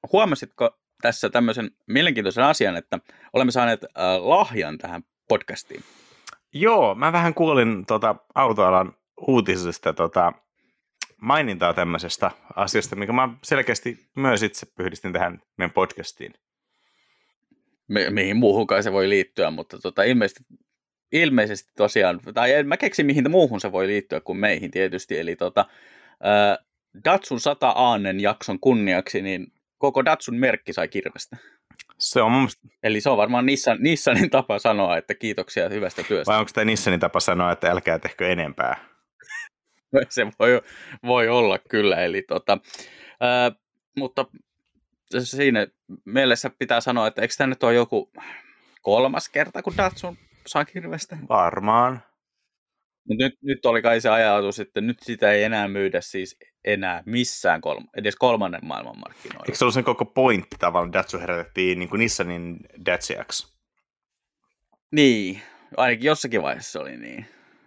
huomasitko tässä tämmöisen mielenkiintoisen asian, että olemme saaneet lahjan tähän podcastiin? Joo, mä vähän kuulin autoalan uutisista mainintaa tämmöisestä asiasta, mikä mä selkeästi myös itse pyhdistin tähän meidän podcastiin. Mihin muuhunkaan se voi liittyä, mutta ilmeisesti tosiaan, tai en mä keksi mihin muuhun se voi liittyä kuin meihin tietysti, eli Datsun 100 Aanen jakson kunniaksi, niin koko Datsun merkki sai kirvestä. Se on mun mielestä... Eli se on varmaan Nissanin tapa sanoa, että kiitoksia hyvästä työstä. Vai onko tämä Nissanin tapa sanoa, että älkää tehkö enempää? Se voi olla kyllä, eli mutta siinä mielessä pitää sanoa, että eikö tämä nyt ole joku 3. kerta, kun Datsun saa kirvestä? Varmaan. Nyt oli kai se ajatus, että nyt sitä ei enää myydä siis enää missään edes 3. maailmanmarkkinoilla. Eikö se ollut sen koko pointti tavallaan, Datsun herätettiin niin kuin Nissanin Datsiaksi? Niin, ainakin jossakin vaiheessa oli niin.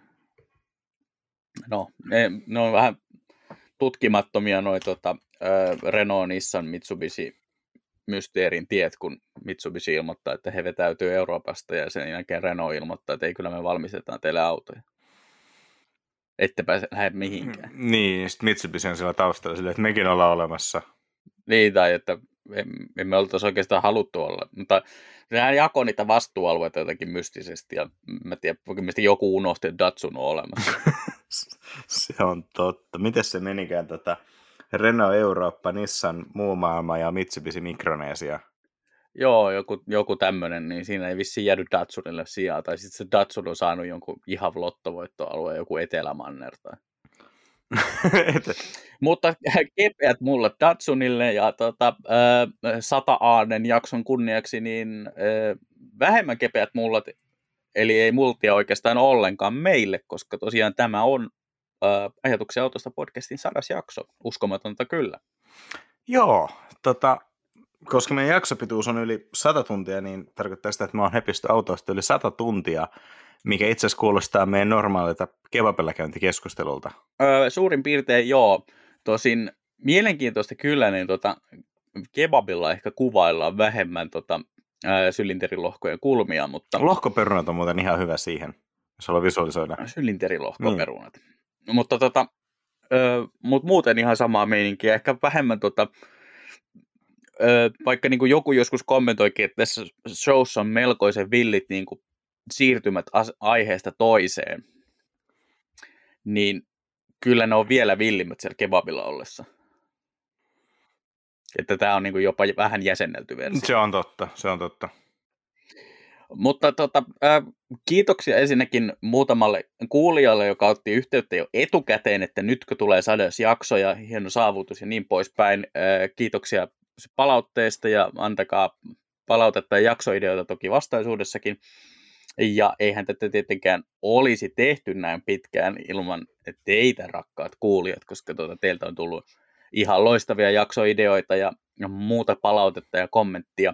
No, ne on vähän tutkimattomia noi Renault, Nissan, Mitsubishi mysteerin tiet, kun Mitsubishi ilmoittaa, että he vetäytyy Euroopasta ja sen jälkeen Renault ilmoittaa, että ei kyllä me valmistetaan teille autoja. Ette lähde mihinkään. Niin, sitten Mitsubishi on siellä taustalla silleen, että mekin ollaan olemassa. Niin, tai että emme oltaisi oikeastaan haluttu olla. Mutta sehän jakoi niitä vastuualueita jotenkin mystisesti, ja mä tiedän, mistä joku unohti, että Datsun on olemassa. Se on totta. Miten se menikään Renault Eurooppa, Nissan muu maailma ja Mitsubishi Mikronesia? Joo, joku tämmöinen, niin siinä ei vissiin jäädy Datsunille sijaa, tai sitten se Datsun on saanut jonkun ihan lottovoittoalueen, joku Etelämanner tai... Mutta kepeät mulle Datsunille ja 100 Aanen jakson kunniaksi, niin vähemmän kepeät mullat, eli ei multia oikeastaan ollenkaan meille, koska tosiaan tämä on Ajatuksia autosta podcastin 100. jakso. Uskomatonta kyllä. Joo, koska meidän jaksopituus on yli 100 tuntia, niin tarkoittaa sitä, että mä oon hepisty autoista yli 100 tuntia, mikä itse asiassa kuulostaa meidän normaalilta kebabilla käyntikeskustelulta. Suurin piirtein joo. Tosin mielenkiintoista kyllä, niin kebabilla ehkä kuvaillaan vähemmän sylinterilohkojen kulmia, mutta... Lohkoperunat on muuten ihan hyvä siihen, jos haluaa visualisoida. Sylinterilohkoperunat. Niin. Mutta muuten ihan samaa meininkiä. Ehkä vähemmän vaikka niin kuin joku joskus kommentoikin, että tässä showssa on melkoisen villit niin kuin siirtymät aiheesta toiseen, niin kyllä ne on vielä villimmät siellä kebabilla ollessa. Että tämä on niin kuin jopa vähän jäsennelty versio. Se on totta. Mutta kiitoksia ensinnäkin muutamalle kuulijalle, joka otti yhteyttä jo etukäteen, että nytkö tulee 100 jakso ja hieno saavutus ja niin poispäin. Kiitoksia palautteesta ja antakaa palautetta ja jaksoideoita toki vastaisuudessakin. Ja eihän tätä tietenkään olisi tehty näin pitkään ilman teitä, rakkaat kuulijat, koska teiltä on tullut ihan loistavia jaksoideoita ja muuta palautetta ja kommenttia.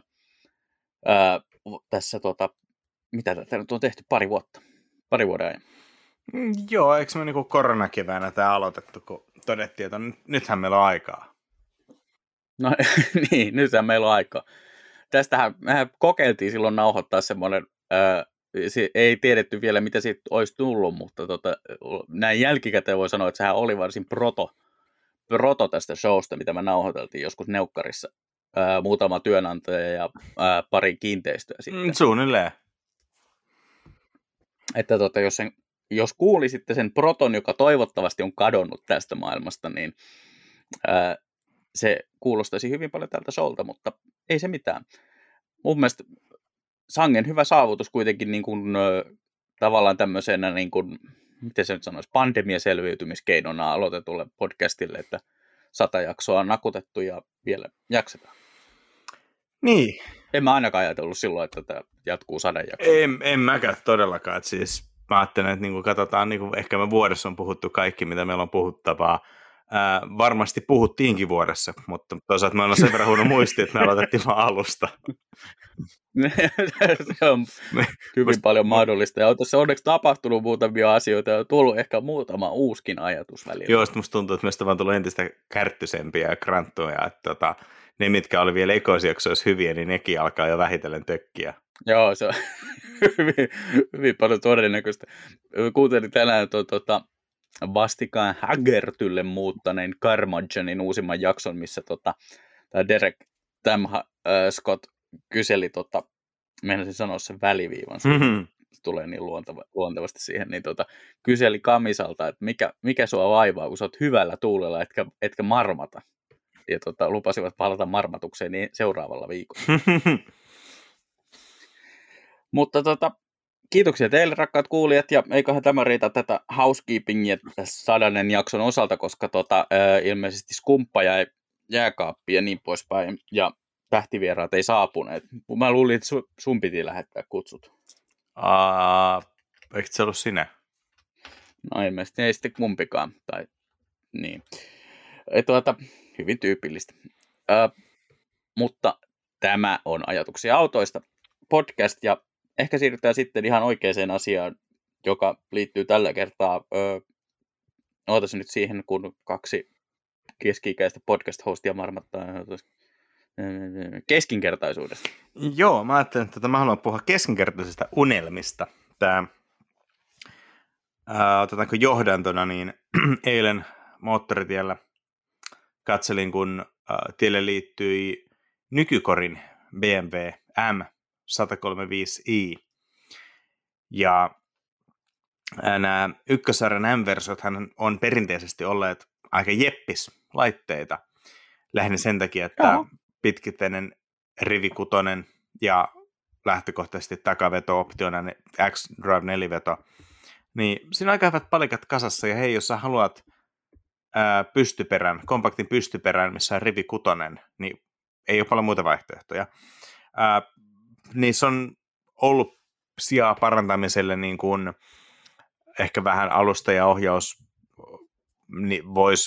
Tässä mitä tätä nyt on tehty pari vuoden ajan. Joo, eikö me niinku koronakeväänä tämä aloitettu, kun todettiin, että nythän meillä on aikaa. No niin, nythän meillä on aikaa. Tästähän mehän kokeiltiin silloin nauhoittaa semmoinen, ei tiedetty vielä mitä siitä olisi tullut, mutta näin jälkikäteen voi sanoa, että sehän oli varsin proto tästä showsta, mitä me nauhoiteltiin joskus Neukkarissa. Muutama työnantaja ja pari kiinteistöä sitten. Suunnilleen. Että jos kuulisitte sen proton, joka toivottavasti on kadonnut tästä maailmasta, niin se kuulostaisi hyvin paljon tältä showlta, mutta ei se mitään. Mun mielestä sangen hyvä saavutus kuitenkin niin kuin, tavallaan tämmöisenä, niin kuin, miten se nyt sanoisi, pandemiaselviytymiskeinona aloitetulle podcastille, että 100 jaksoa on nakutettu ja vielä jaksetaan. Niin. En mä ainakaan ajatellut silloin, että tämä jatkuu 100 jaksoa. En mäkään todellakaan. Että siis mä ajattelen, että niin katsotaan, niin ehkä me vuodessa on puhuttu kaikki, mitä meillä on puhuttavaa. Varmasti puhuttiinkin vuodessa, mutta toisaalta me ollaan sen verran huono muisti, että me aloitettiin vaan alusta. Se on hyvin paljon mahdollista. Ja on tässä onneksi tapahtunut muutamia asioita ja on tullut ehkä muutama uuskin ajatus välillä. Joo, sitten musta tuntuu, että meistä on tullut entistä kärttysempiä ja kranttuja. Että ne, mitkä oli vielä ekosijaksoissa hyviä, niin nekin alkaa jo vähitellen tökkiä. Joo, se on hyvin paljon todennäköistä. Kuuntelin tänään vastikään Haggertylle muuttaneen Carmagenin uusimman jakson, missä Derek Scott kyseli, meinasin sanoa sen väliviivan, se tulee niin luontevasti siihen, niin kyseli Kamisalta, että mikä sua vaivaa, kun sä oot hyvällä tuulella, etkä marmata. Ja lupasivat palata marmatukseen niin seuraavalla viikolla. Mutta kiitoksia teille, rakkaat kuulijat, ja eiköhän tämä riitä tätä housekeepingia tässä 100. jakson osalta, koska ilmeisesti skumppa jäi jääkaappiin ja niin poispäin, ja tähtivieraat ei saapuneet. Mä luulin, että sun piti lähettää kutsut. Eikö se ollut sinä? No ilmeisesti ei sitten kumpikaan, tai niin. Hyvin tyypillistä. Mutta tämä on Ajatuksia autoista podcast, ja ehkä siirrytään sitten ihan oikeaan asiaan, joka liittyy tällä kertaa, ootas nyt siihen, kun 2 keski-ikäistä podcast-hostia marmattaa keskinkertaisuudesta. Joo, mä ajattelin, että mä haluan puhua keskinkertaisista unelmista. Otetaanko johdantona, niin eilen moottoritiellä katselin, kun tielle liittyi nykykorin BMW M135i. Ja nämä ykkössarjan M-versiothan on perinteisesti olleet aika jeppis-laitteita. Lähinnä sen takia, että pitkittäinen rivikutonen ja lähtökohtaisesti takaveto-optiona X-Drive 4-veto. Niin siinä on aika hyvät palikat kasassa, ja hei, jos sä haluat kompaktin pystyperän, missä on rivikutonen, niin ei ole paljon muita vaihtoehtoja. Niissä on ollut sijaa parantamiselle, niin kuin ehkä vähän alusta ja ohjaus niin voisi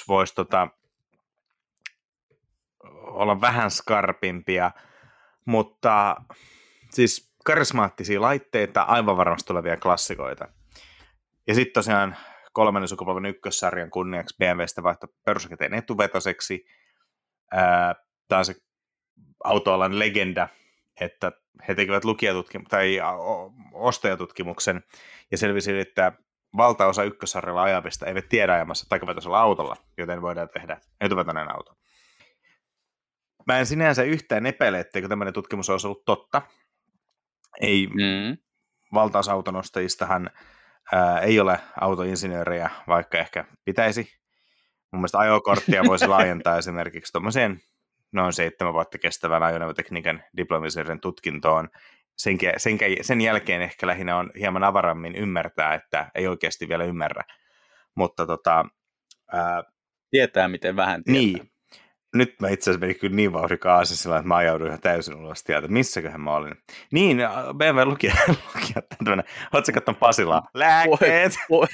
olla vähän skarpimpia, mutta siis karismaattisia laitteita, aivan varmasti tulevia klassikoita. Ja sitten tosiaan 3. sukupolven ykkössarjan kunniaksi BMWstä vaihtoi perusrakenteen etuvetoseksi. Tämä on se autoalan legenda, että he tekivät ostajatutkimuksen ja selvisi, että valtaosa ykkössarjalla ajavista eivät tiedä ajamassa takavetoisella autolla, joten voidaan tehdä etuvetoinen auto. Mä en sinänsä yhtään epäile, etteikö tämmöinen tutkimus olisi ollut totta. Ei valtaosa autonostajistahan ei ole autoinsinöörejä, vaikka ehkä pitäisi. Mun mielestä ajokorttia voisi laajentaa esimerkiksi tuommoiseen noin 7 vuotta kestävän ajoneuvotekniikan diplomiseiden tutkintoon. Sen jälkeen ehkä lähinnä on hieman avarammin ymmärtää, että ei oikeasti vielä ymmärrä. Mutta tietää, miten vähän tietää. Niin. Nyt mä itse asiassa menin kyllä niin vauhdikaan sillä, että mä ajauduin ihan täysin ulos tieltä. Missäköhän mä olin? Niin, BMW lukija ootko sä katson Pasilaa? Lääkkeet!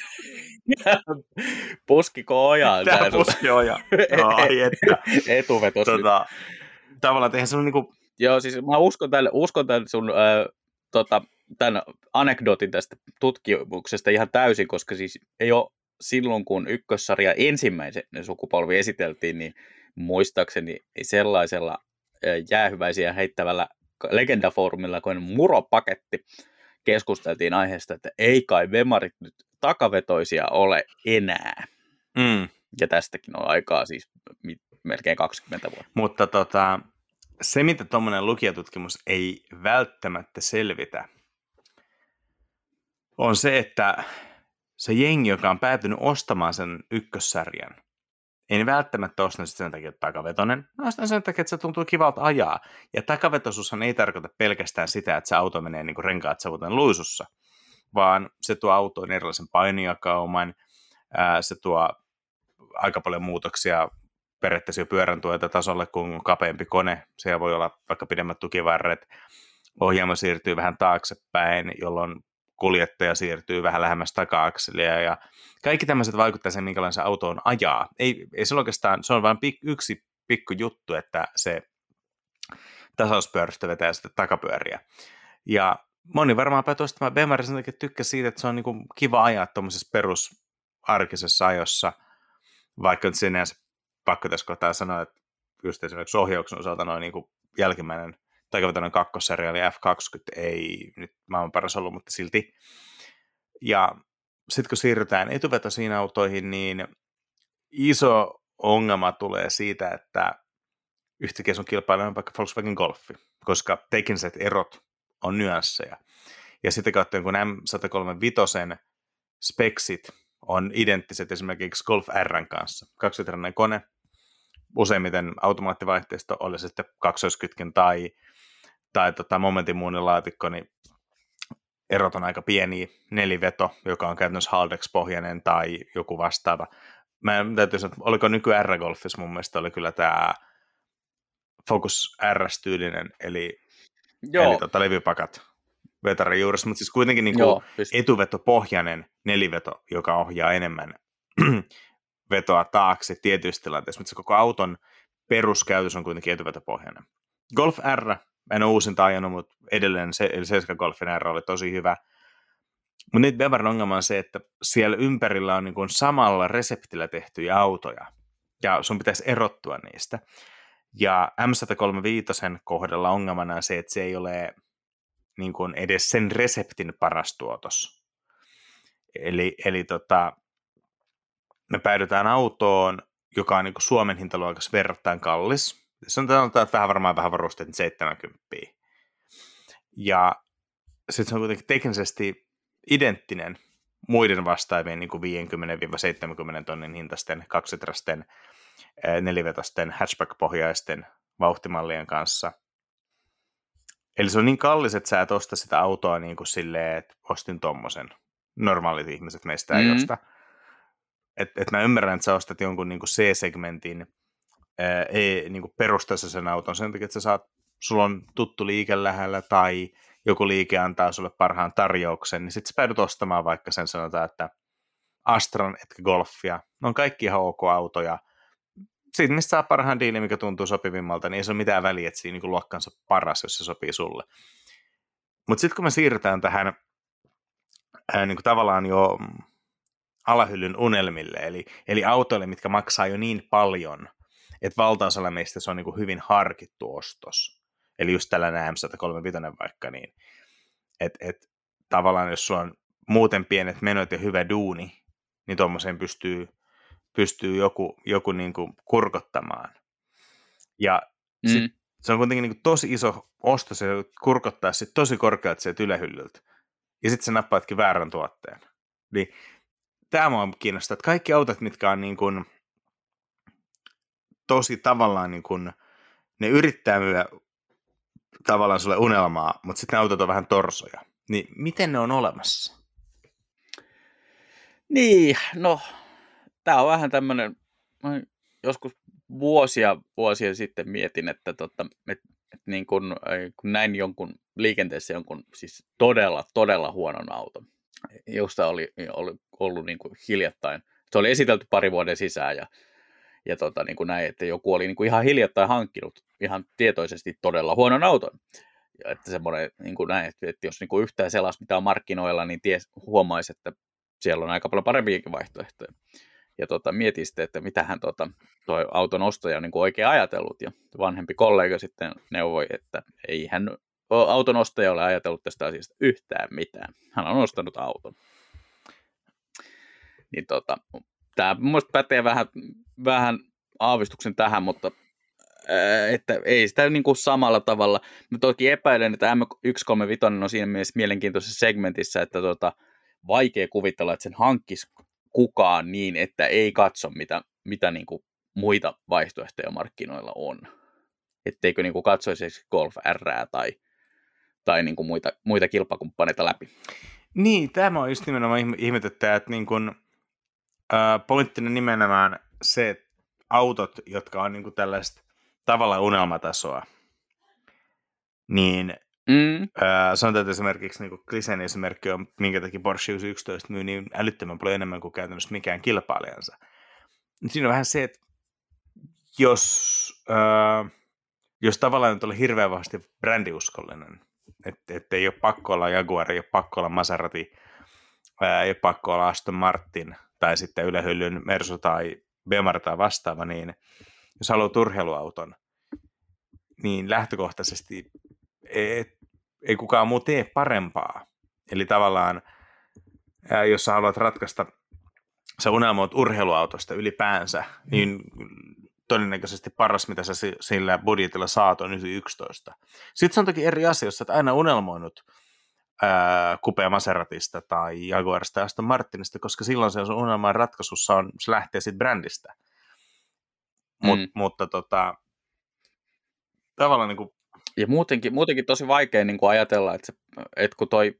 Puskiko ojaa? Tää puski ojaa. Ai että. Etuvetos. Tavallaan eihän se on niinku... Joo, siis mä uskon tämän sun tämän anekdootin tästä tutkimuksesta ihan täysin, koska siis ei ole silloin, kun ykkössarja ensimmäisen sukupolvi esiteltiin, niin muistaakseni sellaisella jäähyväisiä heittävällä legendafoorumilla kuin Muro-paketti keskusteltiin aiheesta, että ei kai vemarit nyt takavetoisia ole enää. Ja tästäkin on aikaa siis melkein 20 vuotta. Mutta se, mitä tuommoinen lukijatutkimus ei välttämättä selvitä, on se, että se jengi, joka on päätynyt ostamaan sen ykkössarjan, ei välttämättä ostanut sen takia, että takavetoinen. Ostan sen takia, että se tuntuu kivalta ajaa. Ja takavetoisuushan ei tarkoita pelkästään sitä, että se auto menee niin kuin renkaat savuten luisussa, vaan se tuo autoon erilaisen painojakauman, se tuo aika paljon muutoksia periaatteessa jo pyörän tuota tasolle, kun on kapeampi kone. Siellä voi olla vaikka pidemmät tukivarret. Ohjaamo siirtyy vähän taaksepäin, jolloin kuljettaja siirtyy vähän lähemmäs taka-akselia, ja kaikki tämmöiset vaikuttaa siihen, minkälainen se auto on ajaa. Ei se oikeastaan, se on vain yksi pikku juttu, että se tasauspyörästä vetää sitten takapyöriä. Ja moni varmaan päätyi ostamaan BMW sen takia, tykkää siitä, että se on niinku kiva ajaa tuommoisessa perusarkisessa ajossa, vaikka nyt sinänsä pakko tässä kohtaa sanoa, että just esimerkiksi ohjauksen osalta noin niin kuin jälkimmäinen takavetoinen kakkossarja eli F20 ei nyt maailman paras ollut, mutta silti. Ja sitten kun siirrytään etuvetoisiin autoihin, niin iso ongelma tulee siitä, että yhtäkkiä sun kilpailija vaikka Volkswagen Golfi, koska tekniset erot on nyansseja. Ja sitä kautta jonkun M135 speksit on identtiset esimerkiksi Golf R:n kanssa. Kaksilitrainen kone, useimmiten automaattivaihteisto, oli se sitten kaksoiskytkin tai momentin muunnen laatikko, niin erot on aika pieniä. Neliveto, joka on käytännössä Haldex-pohjainen tai joku vastaava. Mä täytyy sanoa, että oliko nyky R-Golfissa mun mielestä oli kyllä tämä Focus RS-tyylinen, eli levypakat vetarin juuressa, mutta siis kuitenkin niin kuin etuvetopohjainen neliveto, joka ohjaa enemmän vetoa taakse tietyissä tilanteissa, mutta se koko auton peruskäytös on kuitenkin etuvetopohjainen. Golf R, en ole uusinta ajanut, mutta edelleen eli 7 Golfin R oli tosi hyvä. Mutta nyt Bevarin ongelma on se, että siellä ympärillä on niin kuin samalla reseptillä tehtyjä autoja, ja sun pitäisi erottua niistä. Ja M135 kohdalla ongelmana on se, että se ei ole niin kuin edes sen reseptin paras tuotos. Eli me päädytään autoon, joka on niin kuin Suomen hintaluokassa verrattain kallis. Se on varmaan vähän varusteet 70. Ja sitten se on kuitenkin teknisesti identtinen muiden vastaavien niin kuin 50-70 tonnin hintaisten kaksitrasten nelivetosten hatchback-pohjaisten vauhtimallien kanssa. Eli se on niin kallis, että sä et osta sitä autoa niin kuin silleen, että ostin tommosen. Normaalit ihmiset meistä ei osta. Et mä ymmärrän, että sä ostat jonkun niin kuin C-segmentin niin kuin perustasoisen auton sen takia, että sulla on tuttu liike lähellä tai joku liike antaa sulle parhaan tarjouksen, niin sit sä päädyt ostamaan vaikka sen sanotaan, että Astran etkä Golfia. Ne on kaikki ihan ok autoja. Siitä, mistä saa parhaan diilin, mikä tuntuu sopivimmalta, niin ei se ole mitään väliä, että siinä niin luokkansa paras, jos se sopii sulle. Mutta sitten kun me siirrytään tähän niin kuin tavallaan jo alahyllyn unelmille, eli autoille, mitkä maksaa jo niin paljon, että valtaosalla meistä se on niin kuin hyvin harkittu ostos. Eli just tällainen M135 vaikka, niin että tavallaan jos sulla on muuten pienet menot ja hyvä duuni, niin tuommoiseen pystyy joku niin kuin kurkottamaan. Ja se on kuitenkin niin kuin tosi iso osto, se kurkottaa sit tosi korkealta sieltä ylähyllyltä. Ja sitten sä nappaatkin väärän tuotteen. Niin tämä mua kiinnostaa, että kaikki autot, mitkä on niin kuin tosi tavallaan niin kuin, ne yrittää myyä tavallaan sulle unelmaa, mutta sitten ne autot on vähän torsoja. Niin miten ne on olemassa? Niin, no tämä on vähän tämmöinen, joskus vuosia sitten mietin, että niin kun näin jonkun liikenteessä jonkun siis todella huonon auton, josta oli ollut niin kuin hiljattain. Se oli esitelty pari vuoden sisään ja niin kuin näin, että joku oli niin kuin ihan hiljattain hankkinut ihan tietoisesti todella huonon auton. Ja että semmoinen niin kuin näin, että jos niin kuin yhtään sellaista, mitä on markkinoilla, niin huomaisi, että siellä on aika paljon parempiakin vaihtoehtoja. Ja mietin sitten, että mitähän toi auton ostaja on niin kuin oikein ajatellut. Ja vanhempi kollega sitten neuvoi, että ei hän auton ostaja ole ajatellut tästä asiasta yhtään mitään. Hän on ostanut auton. Niin tämä mun pätee vähän aavistuksen tähän, mutta että ei sitä niin kuin samalla tavalla. Mä toki epäilen, että M135 on siinä mielessä mielenkiintoisessa segmentissä, että vaikea kuvitella, että sen hankkisi kukaan niin, että ei katso, mitä niin kuin muita vaihtoehtoja markkinoilla on. Etteikö niin kuin katsoisi Golf R:ää tai niin kuin muita kilpakumppaneita läpi. Niin, tämä on just nimenomaan ihmetyttää, että niin kuin, poliittinen nimenomaan se, että autot, jotka on niin kuin tällaista tavallaan unelmatasoa, niin sanotaan, että esimerkiksi niin Glisen esimerkki on, minkä takia Porsche 911 myy niin älyttömän paljon enemmän kuin käytännössä mikään kilpailijansa. Siinä on vähän se, että jos tavallaan nyt oli hirveän vahvasti brändiuskollinen, että ei ole pakko olla Jaguar, ei ole pakko olla Maserati, ei ole pakko olla Aston Martin, tai sitten ylähyllyn Mersu tai Bemar tai vastaava, niin jos haluat urheiluauton, niin lähtökohtaisesti ei kukaan muu tee parempaa. Eli tavallaan, jos sä haluat ratkaista, sä unelmoit urheiluautosta ylipäänsä, niin todennäköisesti paras, mitä sä sillä budjetilla saat, on 11. Sitten se on toki eri asia, jos sä oot aina unelmoinut Coupé Maseratista tai Jaguarista tai Aston Martinista, koska silloin se sun unelman ratkaisussa se lähtee siitä brändistä. Mutta tavallaan niin kuin... Ja muutenkin tosi vaikea niin kuin ajatella, että kun toi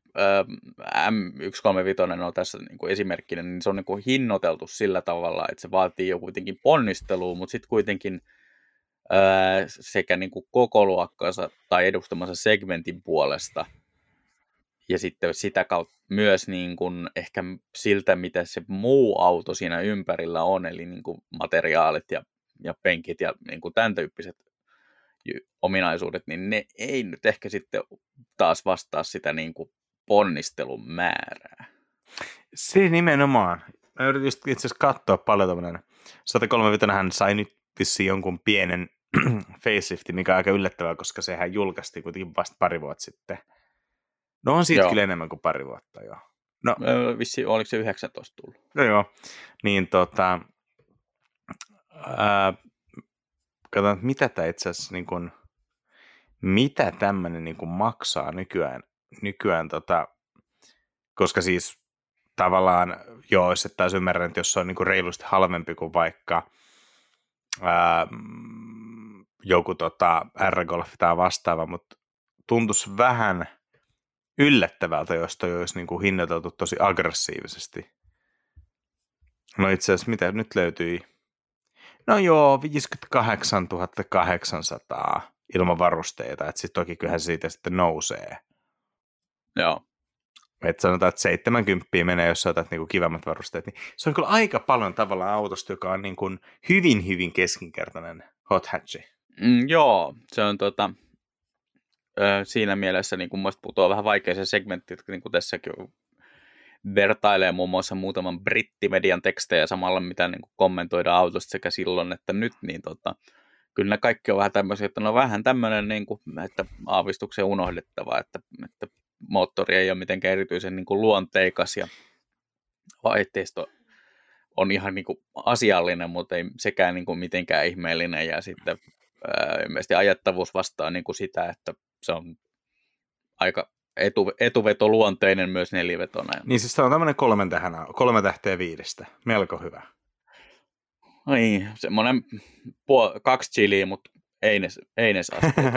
M135 on tässä niin kuin esimerkkinä, niin se on niin kuin hinnoiteltu sillä tavalla, että se vaatii jo kuitenkin ponnistelua, mutta sitten kuitenkin sekä niin kuin koko luokkansa tai edustamansa segmentin puolesta, ja sitten sitä kautta myös niin kuin ehkä siltä, mitä se muu auto siinä ympärillä on, eli niin kuin materiaalit ja penkit ja niin kuin tämän tyyppiset ominaisuudet, niin ne ei nyt ehkä sitten taas vastaa sitä niin kuin ponnistelun määrää. Se nimenomaan. Mä yritin itse asiassa katsoa paljon tämmöinen. 135 hän sai nyt vissiin jonkun pienen faceliftin, mikä on aika yllättävää, koska sehän julkaistiin kuitenkin vasta pari vuotta sitten. No on siitä kyllä enemmän kuin pari vuotta jo. No, vissiin, oliko se 19 tullut? No joo, niin katsotaan, mitä tämä itse asiassa, niin kuin, mitä tämmöinen niin kuin maksaa nykyään koska siis tavallaan, joo, jos et taas ymmärrän, että jos se on niin kuin reilusti halvempi kuin vaikka joku R-Golf tai vastaava, mutta tuntuisi vähän yllättävältä, jos toi olisi niin kuin hinnoiteltu tosi aggressiivisesti. No itse asiassa, mitä nyt löytyi? No joo, 58 800 ilman varusteita, että sitten toki kyllähän siitä sitten nousee. Joo. Että sanotaan, että 70 menee, jos sä otat niinku kivemmat varusteet, niin se on kyllä aika paljon tavallaan autosta, joka on niinku hyvin, hyvin keskinkertainen hot hatchi. Joo, se on siinä mielessä niin mun mielestä putoaa vähän vaikeeseen segmenttiin, niin kuin tässäkin vertailee muun muassa muutaman brittimedian tekstejä samalla, mitä niin kuin kommentoidaan autosta sekä silloin että nyt, niin kyllä ne kaikki on vähän tämmöisiä, että no vähän tämmöinen, niin kuin, että aavistuksen unohdettava, että moottori ei ole mitenkään erityisen niin kuin luonteikas ja vaihteisto on ihan niin kuin asiallinen, mutta ei sekään niin kuin mitenkään ihmeellinen ja sitten ilmeisesti ajattavuus vastaa niin kuin sitä, että se on aika etuvetoluonteinen myös nelivetoinen. Niin siis se on tämmöinen 3 tähteä 5, melko hyvä. Niin, semmoinen 2 chiliä, mutta ei ne saa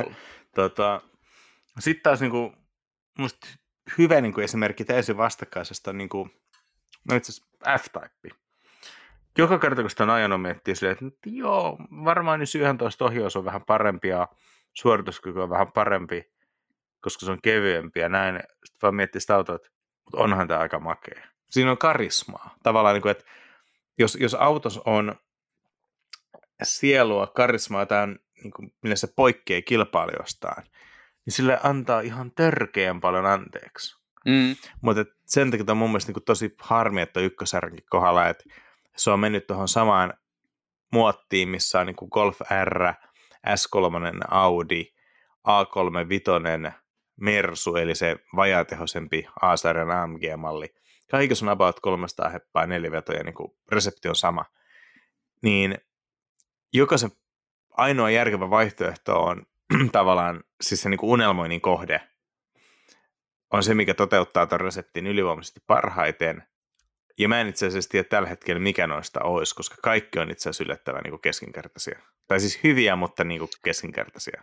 Sitten taas niinku, musta hyvä niinku esimerkki täysin vastakkaisesta on niinku, no itse asiassa F-Type. Joka kerta, kun sitä on ajanut, miettii silleen, että joo, varmaan niin 11 ohjaus on vähän parempi ja suorituskyky on vähän parempi, koska se on kevyempi ja näin. Sitten vaan miettii sitä autoa, että onhan tämä aika makea. Siinä on karismaa. Tavallaan, niin kuin, että jos autos on sielua, karismaa, jotain, niin kuin, millä se poikkeaa kilpailijoistaan, niin sille antaa ihan törkeän paljon anteeksi. Mutta sen takia on mun mielestä niin kuin tosi harmi, että ykkösäränkin kohdalla, että se on mennyt tuohon samaan muottiin, missä on niin kuin Golf R, S3 Audi, A35 Mersu, eli se vajaatehoisempi A-sarjan AMG-malli. Kaikissa on about 300 heppaa, 4 vetoja, niin kuin resepti on sama. Niin jokaisen ainoa järkevä vaihtoehto on tavallaan, siis se niin kuin unelmoinnin kohde, on se, mikä toteuttaa tuon reseptin ylivoimaisesti parhaiten. Ja mä en itse asiassa tiedä tällä hetkellä, mikä noista olisi, koska kaikki on itse asiassa yllättävän niin kuin keskinkertaisia. Tai siis hyviä, mutta niin kuin keskinkertaisia.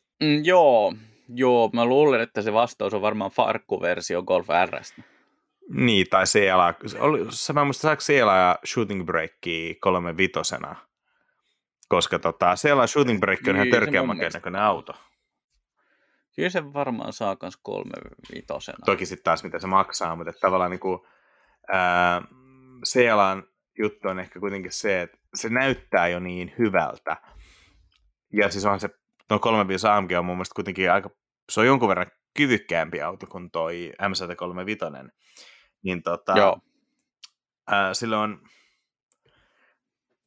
Joo, mä luulen, että se vastaus on varmaan farkkuversio Golf R:stä. Niin, tai CLA. Mä muistan, saako CLA ja Shooting Breakia 35, koska CLA Shooting Break on ihan törkeän makeen näköinen auto. Kyllä se varmaan saa kans 35. Toki sitten taas mitä se maksaa, mutta tavallaan niinku, CLAn juttu on ehkä kuitenkin se, että se näyttää jo niin hyvältä. Ja siis on se, no 35 AMG on mun mielestä kuitenkin aika, se on jonkun verran kyvykkäämpi auto kuin toi M135. Niin Joo. Silloin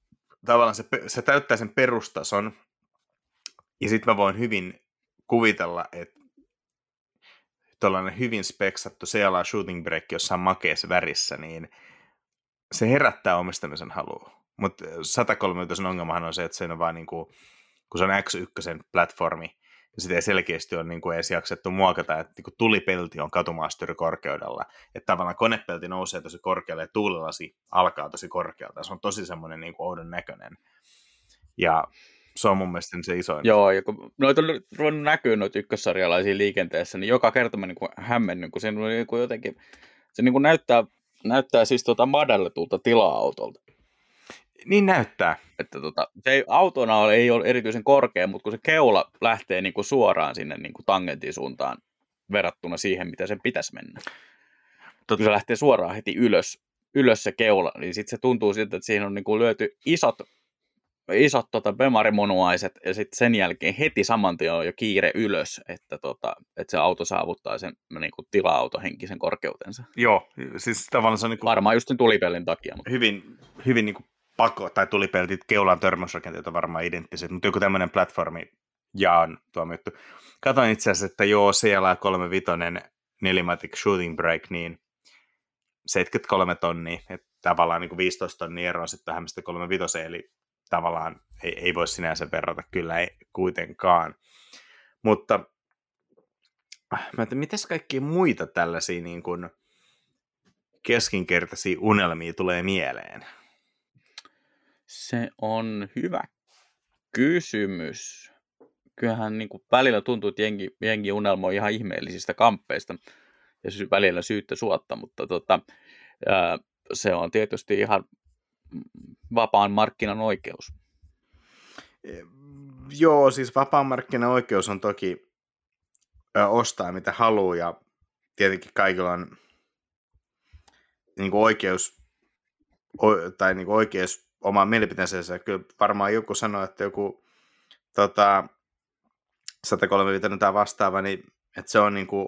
tavallaan se täyttää sen perustason, ja sitten mä voin hyvin kuvitella, että tuollainen hyvin speksattu CLA shooting break jossain makeassa värissä, niin se herättää omistamisen halua. Mutta 130 ongelmahan on se, että se on vaan niinku, kun se on X1-platformi, ja sitä ei selkeästi ole niinku edes jaksettu muokata, että niinku tulipelti on katumaasturikorkeudella. Että tavallaan konepelti nousee tosi korkealle ja tuulilasi alkaa tosi korkealta. Se on tosi semmoinen niinku oudon näköinen. Ja se on mun mielestä se isoin. Joo, ja kun noita on ruvennut näkyä noita ykkössarjalaisia liikenteessä, niin joka kerta mä niin hämmennyn, kun se niin jotenkin, se niin näyttää siis madalletulta tila-autolta. Niin näyttää. Että se ei, autona ei ole erityisen korkea, mutta kun se keula lähtee niin kuin suoraan sinne niin kuin tangentin suuntaan verrattuna siihen, mitä sen pitäisi mennä. Kun se lähtee suoraan heti ylös se keula, niin sitten se tuntuu siltä, että siihen on niin kuin lyöty isot bemarimunuaiset, ja sitten sen jälkeen heti saman tien on jo kiire ylös, että se auto saavuttaa sen niin kuin tila-autohenkisen korkeutensa. Joo, siis tavallaan se on niin kuin varmaan just sen tulipelin takia. Mutta hyvin niin kuin tai tulipeltit, keulan törmäysrakenteet on varmaan identtiset, mutta joku tämmöinen platformi on tuomittu. Katoin itse asiassa, että joo, CLA 35 Nelimatic Shooting Brake, niin 73 tonnia, että tavallaan niin kuin 15 tonnia eroa sitten tähän 35, eli tavallaan ei voi sinänsä verrata, kyllä ei kuitenkaan. Mutta mä ajattelin, mitäs kaikkia muita tällaisia niin kuin keskinkertaisia unelmia tulee mieleen? Se on hyvä kysymys. Kyllähän niin kuin välillä tuntuu, että jengi unelmoi ihan ihmeellisistä kamppeista ja välillä syyttä suotta, mutta se on tietysti ihan vapaan markkinan oikeus. Joo, siis vapaan markkinan oikeus on toki ostaa mitä haluaa, ja tietenkin kaikilla on niin kuin oikeus omaan mielipiteensä. Kyllä varmaan joku sanoo, että joku 135 tai vastaava, niin että se on niin kuin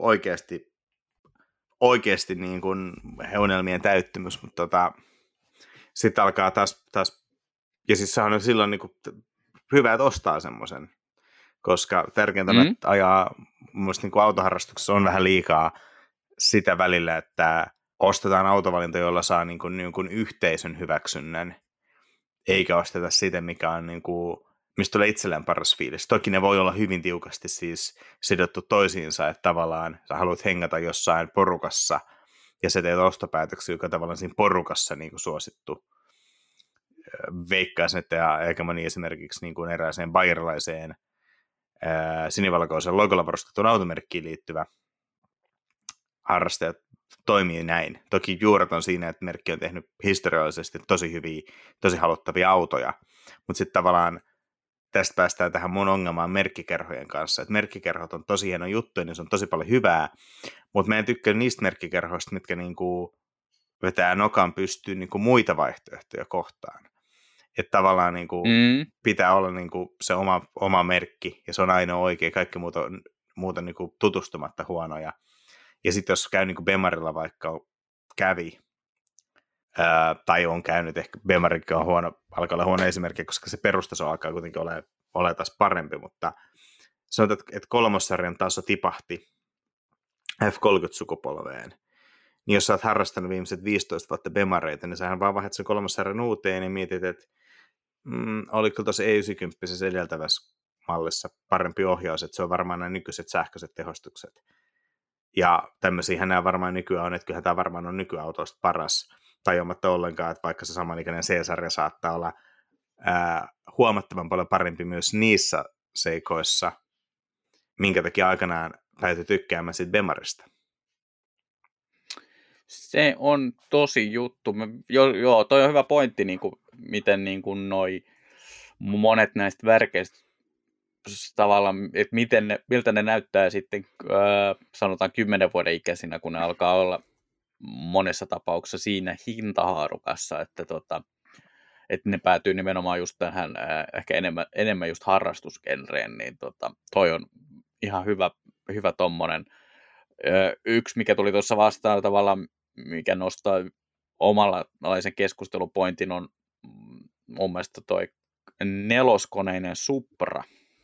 oikeasti niin kuin unelmien täyttymys, mutta sitten alkaa taas, ja siis se on silloin niin kuin hyvä, että ostaa semmoisen, koska tärkeintä että ajaa, mielestäni niin kuin autoharrastuksessa on vähän liikaa sitä välillä, että ostetaan autovalinta, jolla saa niin kuin yhteisön hyväksynnän, eikä osteta sitä, mikä on niin kuin, mistä tulee itselleen paras fiilis. Toki ne voi olla hyvin tiukasti siis sidottu toisiinsa, että tavallaan sä haluat hengata jossain porukassa, ja sä teet ostopäätöksiä, joka tavallaan siinä porukassa niin kuin suosittu. Veikkaisin, että eikä moni esimerkiksi niin kuin erääseen bayerilaiseen sinivalkoisen logolla varustettuun automerkkiin liittyvä harrastajat toimii näin. Toki juuret on siinä, että merkki on tehnyt historiallisesti tosi hyviä, tosi haluttavia autoja, mutta sitten tavallaan tästä päästään tähän mun ongelmaan merkkikerhojen kanssa, että merkkikerhot on tosi hieno juttu, niin se on tosi paljon hyvää, mutta mä en tykkää niistä merkkikerhoista, mitkä niinku vetää nokan pystyyn niinku muita vaihtoehtoja kohtaan. Että tavallaan niinku pitää olla niinku se oma merkki, ja se on ainoa oikea, kaikki muuta niinku tutustumatta huonoja. Ja sitten jos käy niinku Bemarilla vaikka kävi, tai on käynyt, ehkä Bemarikin on alkaa olla huono esimerkki, koska se perustaso alkaa kuitenkin ole taas parempi, mutta sanotaan, että kolmossarjan taso tipahti F30-sukupolveen, niin jos sä oot harrastanut viimeiset 15 vuotta Bemareita, niin sähän vaan vaihdat sen kolmossarjan uuteen ja mietit, että oliko tuossa E90 edeltävässä mallissa parempi ohjaus, että se on varmaan nämä nykyiset sähköiset tehostukset. Ja tämmöisiähän nämä varmaan nykyään on, että kyllähän tämä varmaan on nykyautoista paras, tajuamatta ollenkaan, että vaikka se samanikäinen C-sarja saattaa olla huomattavan paljon parempi myös niissä seikoissa, minkä takia aikanaan päätyi tykkäämään siitä Bemarista. Se on tosi juttu. Joo, toi on hyvä pointti, niin kuin, miten niin kuin noi monet näistä värkeistä tavallaan, että miltä ne näyttää sitten, sanotaan 10 vuoden ikäisinä, kun ne alkaa olla monessa tapauksessa siinä hintahaarukassa, että ne päätyy nimenomaan just tähän ehkä enemmän just harrastusgenreen, niin toi on ihan hyvä tommonen. Yksi, mikä tuli tuossa vastaan tavallaan, mikä nostaa omanlaisen keskustelupointin, on mun mielestä toi neloskoneinen Supra,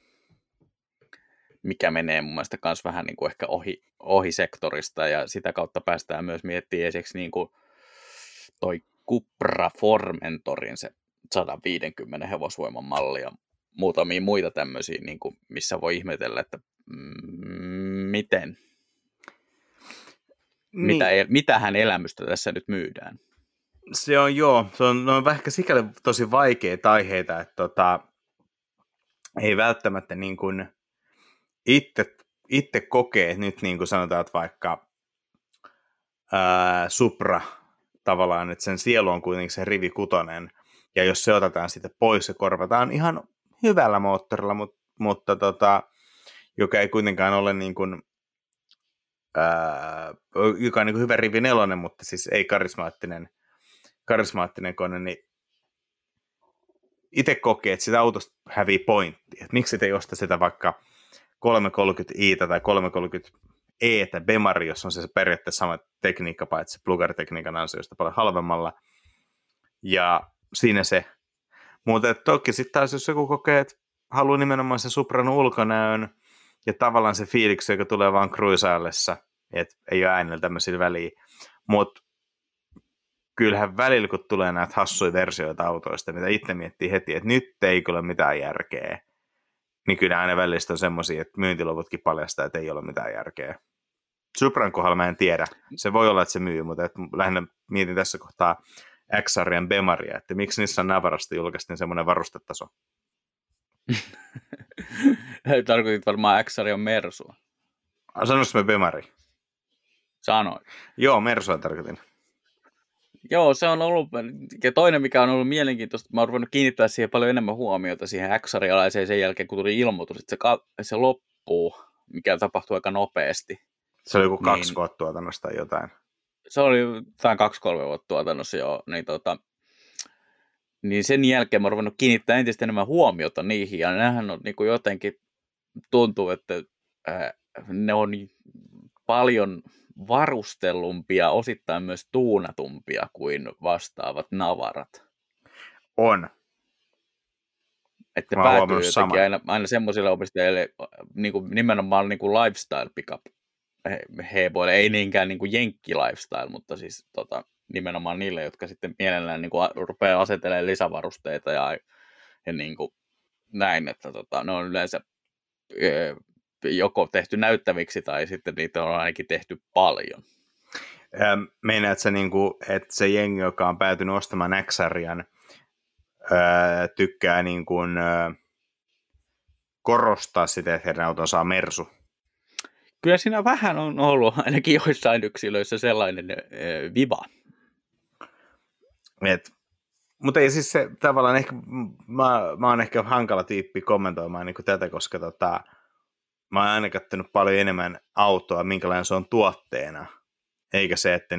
mikä menee mun mielestä kans vähän niin kuin ehkä ohi sektorista, ja sitä kautta päästään myös miettimään esimerkiksi niin kuin toi Cupra Formentorin se 150 hevosvoiman malli ja muutamia muita tämmöisiä, niin kuin, missä voi ihmetellä, että miten, Niin. mitähän elämystä tässä nyt myydään. Se on joo, ne on ehkä sikäli tosi vaikeita aiheita, että ei välttämättä niin kuin itse kokee, nyt niin kuin sanotaan, että vaikka Supra tavallaan, että sen sielu on kuitenkin se rivi 6, ja jos se otetaan sitten pois ja korvataan ihan hyvällä moottorilla, mutta joka ei kuitenkaan ole niin kuin, joka on niin kuin hyvä rivi 4, mutta siis ei karismaattinen kone, niin itse kokee, että sitä autosta hävii pointti. Että miksi ei osta sitä vaikka 330i tai 330e Bemari, jos on se periaatteessa sama tekniikka, paitsi plugaritekniikan ansiosta paljon halvemmalla. Ja siinä se. Mutta toki sitten taas, jos joku kokee, että haluaa nimenomaan se Supran ulkonäön ja tavallaan se fiiliksi, joka tulee vaan cruisaillessa, että ei ole äänellä tämmöisiä väliä. Mutta kyllähän välillä, kun tulee näitä hassuja versioita autoista, mitä itse miettii heti, että nyt ei kyllä ole mitään järkeä, niin kyllä aina välistä on semmoisia, että myyntiluvutkin paljastaa, että ei ole mitään järkeä. Supran kohdalla mä en tiedä. Se voi olla, että se myy, mutta lähinnä mietin tässä kohtaa X-sarjan Bemaria, että miksi niissä on navarasti julkaistiin semmoinen varustetaso. Tarkoitit varmaan X-sarjan Mersua. Sanois me Bemari? Sanoin. Joo, Mersua tarkoitin. Joo, se on ollut, ja toinen mikä on ollut mielenkiintoista, mä oon ruvennut kiinnittää siihen paljon enemmän huomiota siihen X-sarjalaiseen sen jälkeen, kun tuli ilmoitus, että se loppuu, mikä tapahtuu aika nopeasti. Se oli joku 2 vuotta tuotannosta tai jotain. Se oli jotain 2-3 vuotta tuotannossa jo, niin sen jälkeen mä oon ruvennut kiinnittää entistä enemmän huomiota niihin, ja nämähän on niin kuin jotenkin tuntuu, että ne on paljon varustellumpia, osittain myös tuunatumpia kuin vastaavat navarat. On. Että päätyy jotenkin aina semmoisille omistajille niin kuin nimenomaan niin kuin lifestyle pickup heboille, ei niinkään niin kuin jenkki lifestyle, mutta siis nimenomaan niille, jotka sitten mielellään niin kuin rupeaa asetelemaan lisävarusteita ja niin kuin näin, että ne on yleensä joko tehty näyttäviksi tai sitten niitä on ainakin tehty paljon. Meinaat sä, että se jengi, joka on päätynyt ostamaan X-sarjan, tykkää korostaa sitä, että heidän autonsa on Mersu? Kyllä siinä vähän on ollut ainakin joissain yksilöissä sellainen viva. Mutta ei siis se tavallaan ehkä, mä oon ehkä hankala tyyppi kommentoimaan niin tätä, koska mä oon aina katsonut paljon enemmän autoa, minkälainen se on tuotteena, eikä se, että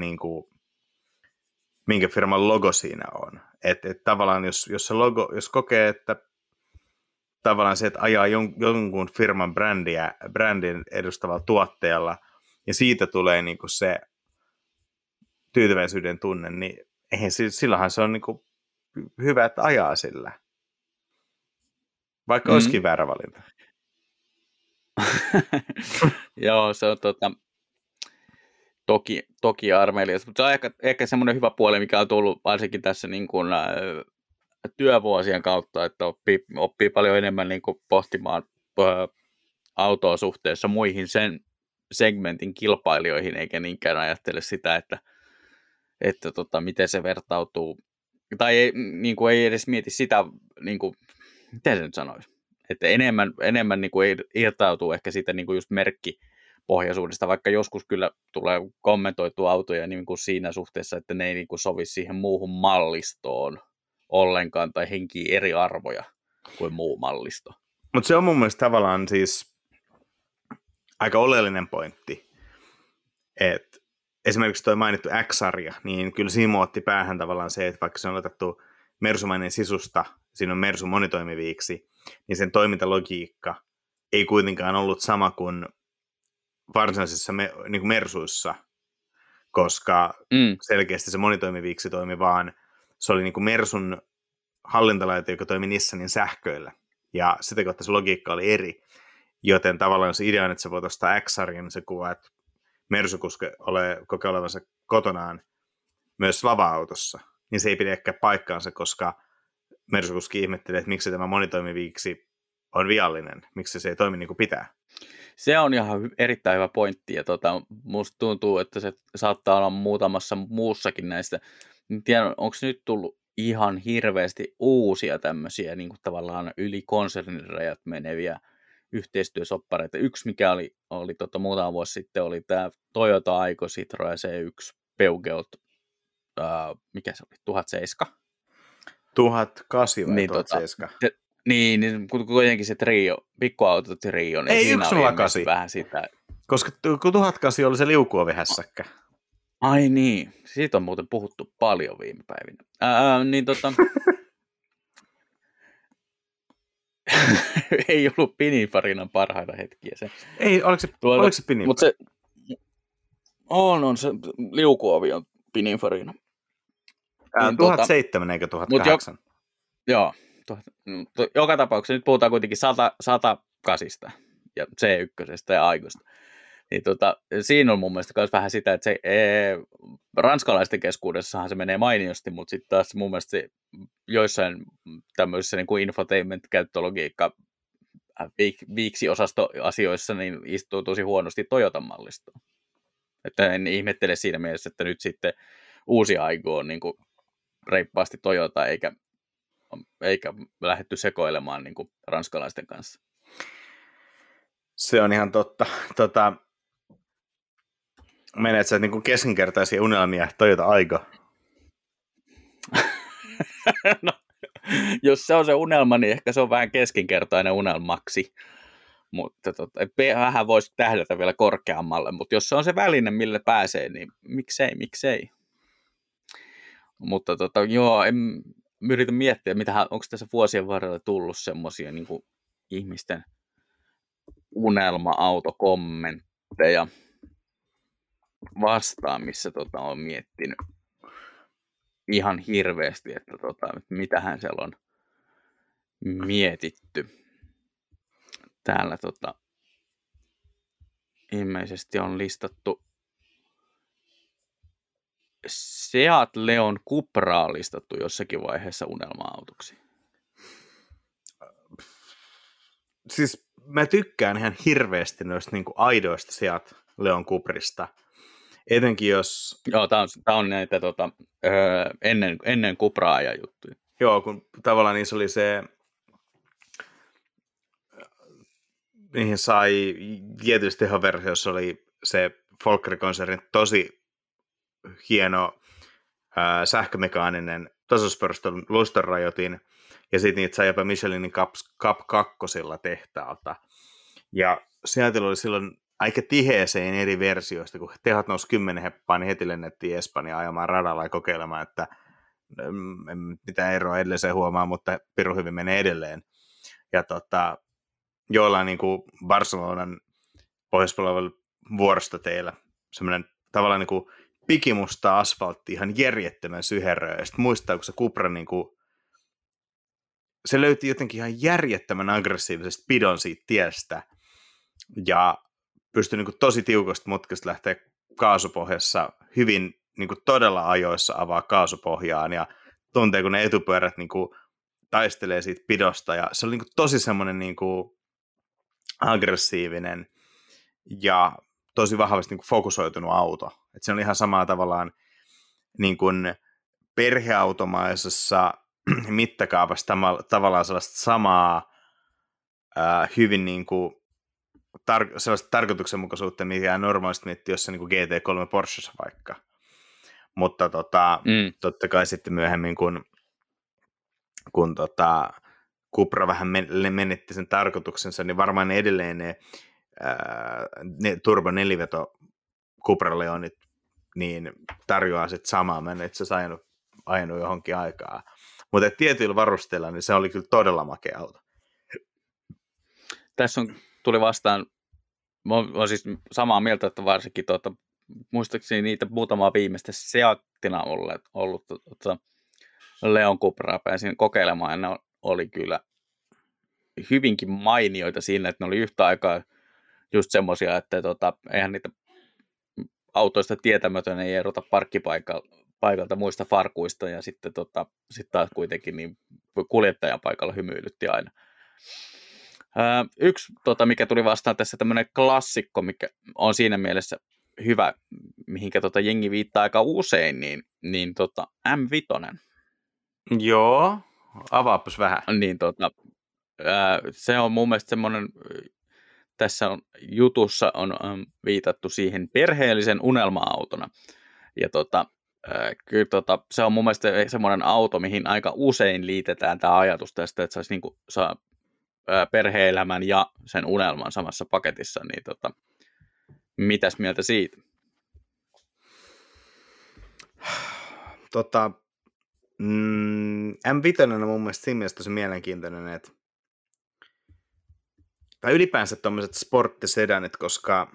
minkä firman logo siinä on. Että tavallaan jos se logo, jos kokee, että tavallaan se, että ajaa jonkun firman brändin edustavalla tuotteella, ja siitä tulee se tyytyväisyyden tunne, niin silloinhan se on hyvä, että ajaa sillä. Vaikka olisikin väärä valinta. Joo, se on toki armeilias, mutta se on ehkä semmoinen hyvä puoli, mikä on tullut varsinkin tässä niin kuin, työvuosien kautta, että oppii paljon enemmän niin kuin pohtimaan autoa suhteessa muihin sen segmentin kilpailijoihin, eikä niinkään ajattele sitä, että miten se vertautuu, tai ei edes mieti sitä, miten se nyt sanoisi, että enemmän niin kuin irtautuu ehkä siitä niin kuin just merkkipohjaisuudesta, vaikka joskus kyllä tulee kommentoitua autoja niin kuin siinä suhteessa, että ne ei niin kuin sovi siihen muuhun mallistoon ollenkaan tai henkii eri arvoja kuin muu mallisto. Mutta se on mun mielestä tavallaan siis aika oleellinen pointti, että esimerkiksi tuo mainittu X-sarja, niin kyllä siinä otti päähän tavallaan se, että vaikka se on otettu mersumainen sisusta, siinä on Mersu monitoimiviiksi, niin sen toimintalogiikka ei kuitenkaan ollut sama kuin varsinaisissa niin Mersuissa, koska selkeästi se monitoimiviiksi toimi vaan, se oli niin kuin Mersun hallintalaite, joka toimi Nissanin sähköillä. Ja sitä kautta se logiikka oli eri. Joten tavallaan se idea on, että se voit ostaa X-sarjan, niin se kuvaa, että Mersukuski kokee olevansa kotonaan myös lava-autossa. Niin se ei pidä ehkä paikkaansa, koska Mersukuski ihmettelee, että miksi tämä monitoimiviiksi on viallinen. Miksi se ei toimi niin kuin pitää. Se on ihan erittäin hyvä pointti, ja musta tuntuu, että se saattaa olla muutamassa muussakin näistä. En tiedä, onko nyt tullut ihan hirveästi uusia tämmöisiä niin kuin tavallaan yli konserninrajat meneviä yhteistyösoppareita. Yksi, mikä oli muutama vuosi sitten, oli tämä Toyota Aygo Citroën C1 Peugeot, mikä se oli, 1007? 1008 vai 1007? Niin kuitenkin se trio, pikkuauto trio, niin ei siinä oli vähän sitä. Koska 1008 oli se liukuovihässäkkä. Ai niin, siitä on muuten puhuttu paljon viime päivinä. Niin ei ollut Pininfarinan parhaita hetkiä se. Ei, oliko se Pininfarina? Mutta se on se liukuovi on Pininfarina. 1007 eikö 1008? Joo, joka tapauksessa nyt puhutaan kuitenkin 108 ja C1 ja Aygosta. Niin siinä on mun mielestä myös vähän sitä, että se ranskalaisten keskuudessahan se menee mainiosti, mutta sitten taas mun mielestä se joissain tämmöisissä niin kuin infotainment-käyttölogiikka viiksi-osastoasioissa niin istuu tosi huonosti Toyotan mallistoon. Että en ihmettele siinä mielessä, että nyt sitten uusi Aygo on niin kuin reippaasti Toyota eikä lähdetty sekoilemaan niin kuin ranskalaisten kanssa. Se on ihan totta. Menet sä niin keskinkertaisia unelmia Toyota Aygo? No, jos se on se unelma, niin ehkä se on vähän keskinkertainen unelmaksi. Mutta vähän voisi tähdätä vielä korkeammalle, mutta jos se on se väline, millä pääsee, niin miksei. Mutta joo, yritän miettiä, onko tässä vuosien varrella tullut semmoisia niin kuin ihmisten unelma-autokommentteja vastaan, missä on miettinyt ihan hirveästi, että mitähän siellä on mietitty. Täällä ilmeisesti on listattu Seat Leon Cupraa listattu jossakin vaiheessa unelma-autoksi. Siis mä tykkään ihan hirveästi noista niin kuin aidoista Seat Leon Cuprista. Etenkin jos... Joo, tää on näitä ennen Cupraa ja juttuja. Joo, kun tavallaan niissä oli se... Niihin sai tietysti tehoversiossa oli se Volker-konsernin tosi hieno sähkömekaaninen tasoitusperustelun luistonrajoitin, ja sitten niitä sai jopa Michelinin Cup 2 tehtaalta. Ja Seatilla oli silloin aika tiheeseen eri versioista, kun tehot nousi 10 heppaa, niin heti lennettiin Espanjaan ajamaan radalla ja kokeilemaan, että mitä eroa edelleen huomaa, mutta pirun hyvin menee edelleen. Ja joillain niin kuin Barcelonan pohjoispuolella vuoristoteillä semmoinen tavallaan niin kuin pikimusta asfaltti, ihan järjettömän syheröä. Ja sitten muistaa, kun se Cupra, niin kuin, se löyti jotenkin ihan järjettömän aggressiivisesti pidon siitä tiestä. Ja pystyi niin kuin tosi tiukasta mutkasta lähteä kaasupohjassa hyvin niin kuin todella ajoissa avaa kaasupohjaan. Ja tuntee, kun ne etupyörät niin kuin taistelee siitä pidosta. Ja se oli niin kuin tosi semmoinen niin kuin aggressiivinen ja tosi vahvasti niin kuin fokusoitunut auto. Että se on ihan samaa tavallaan niin kuin perheautomaisessa mittakaavassa tavallaan sellaista samaa hyvin niin kuin sellaista tarkoituksenmukaisuutta, mitä normaalisti miettii jossain niin kuin GT3 Porschessa vaikka. Mutta totta kai sitten myöhemmin, kun Cupra vähän menetti sen tarkoituksensa, niin varmaan edelleen ne Turbo 4-veto Cupra Leonit niin tarjoaa sitten samaa. Mä en itse asiassa ajanut johonkin aikaa. Mutta tietyillä varusteilla niin se oli kyllä todella makea auto. Tässä tuli vastaan, mä oon siis samaa mieltä, että varsinkin muistaakseni niitä muutamaa viimeistä Seatina ollut Leon Cupraa pääsin kokeilemaan, ja ne oli kyllä hyvinkin mainioita siinä, että ne oli yhtä aikaa just semmoisia, että eihän niitä autoista tietämätön ei erota parkkipaikalta muista farkuista, ja sitten sit taas kuitenkin niin kuljettajan paikalla hymyilytti aina. Yksi, mikä tuli vastaan tässä, tämmöinen klassikko, mikä on siinä mielessä hyvä, mihinkä jengi viittaa aika usein, niin M5. Joo, avaapas vähän. Niin se on mun mielestä semmoinen, tässä jutussa on viitattu siihen perheellisen unelma-autona. Ja kyllä se on mun mielestä semmoinen auto, mihin aika usein liitetään tämä ajatus tästä, että saisi niinku saa perhe-elämän ja sen unelman samassa paketissa, niin mitäs mieltä siitä? M5 on mun mielestä siinä mielessä tosi mielenkiintoinen, että tai ylipäänsä tuommoiset sporttisedanit, koska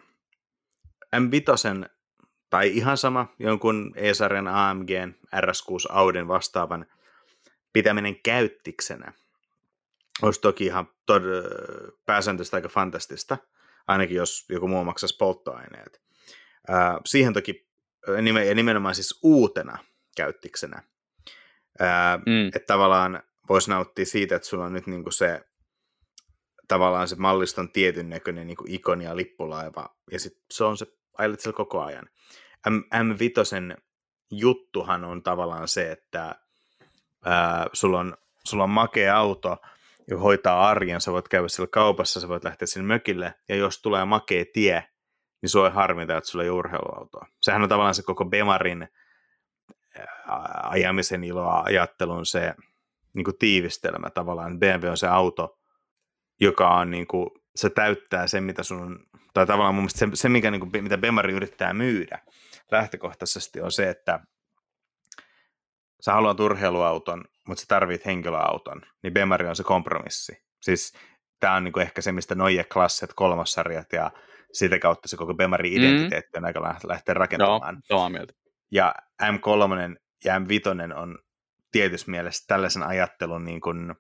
M5 tai ihan sama jonkun E-sarjan AMGn RS6 Audin vastaavan pitäminen käyttiksenä olisi toki ihan pääsääntöistä aika fantastista, ainakin jos joku muu maksaisi polttoaineet. Siihen toki, ja nimenomaan siis uutena käyttiksenä, että tavallaan voisi nauttia siitä, että sulla on nyt niinku se tavallaan se malliston tietyn näköinen niinku ikoni ja lippulaiva, ja sitten se ajelet siellä koko ajan. M5 juttuhan on tavallaan se, että sulla on makea auto, joka hoitaa arjen, sä voit käydä siellä kaupassa, sä voit lähteä sinne mökille, ja jos tulee makea tie, niin sua ei harmita, että sulla ei urheiluautoa. Sehän on tavallaan se koko Bemarin ajamisen iloa ajattelun se niin kuin tiivistelmä tavallaan. BMW on se auto, joka on niin kuin, se täyttää sen, mitä sun, tai tavallaan mun mielestä se mikä, niin kuin, mitä Bemari yrittää myydä lähtökohtaisesti on se, että sä haluat urheiluauton, mutta sä tarvit henkilöauton, niin Bemari on se kompromissi. Siis tää on niinku ehkä se, mistä Neue Klasset, kolmossarjat ja sitä kautta se koko Bemari-identiteetti on aika lähteä rakentamaan. Joo, mieltä. Ja M3 ja M5 on tietyssä mielessä tällaisen ajattelun niin kuin,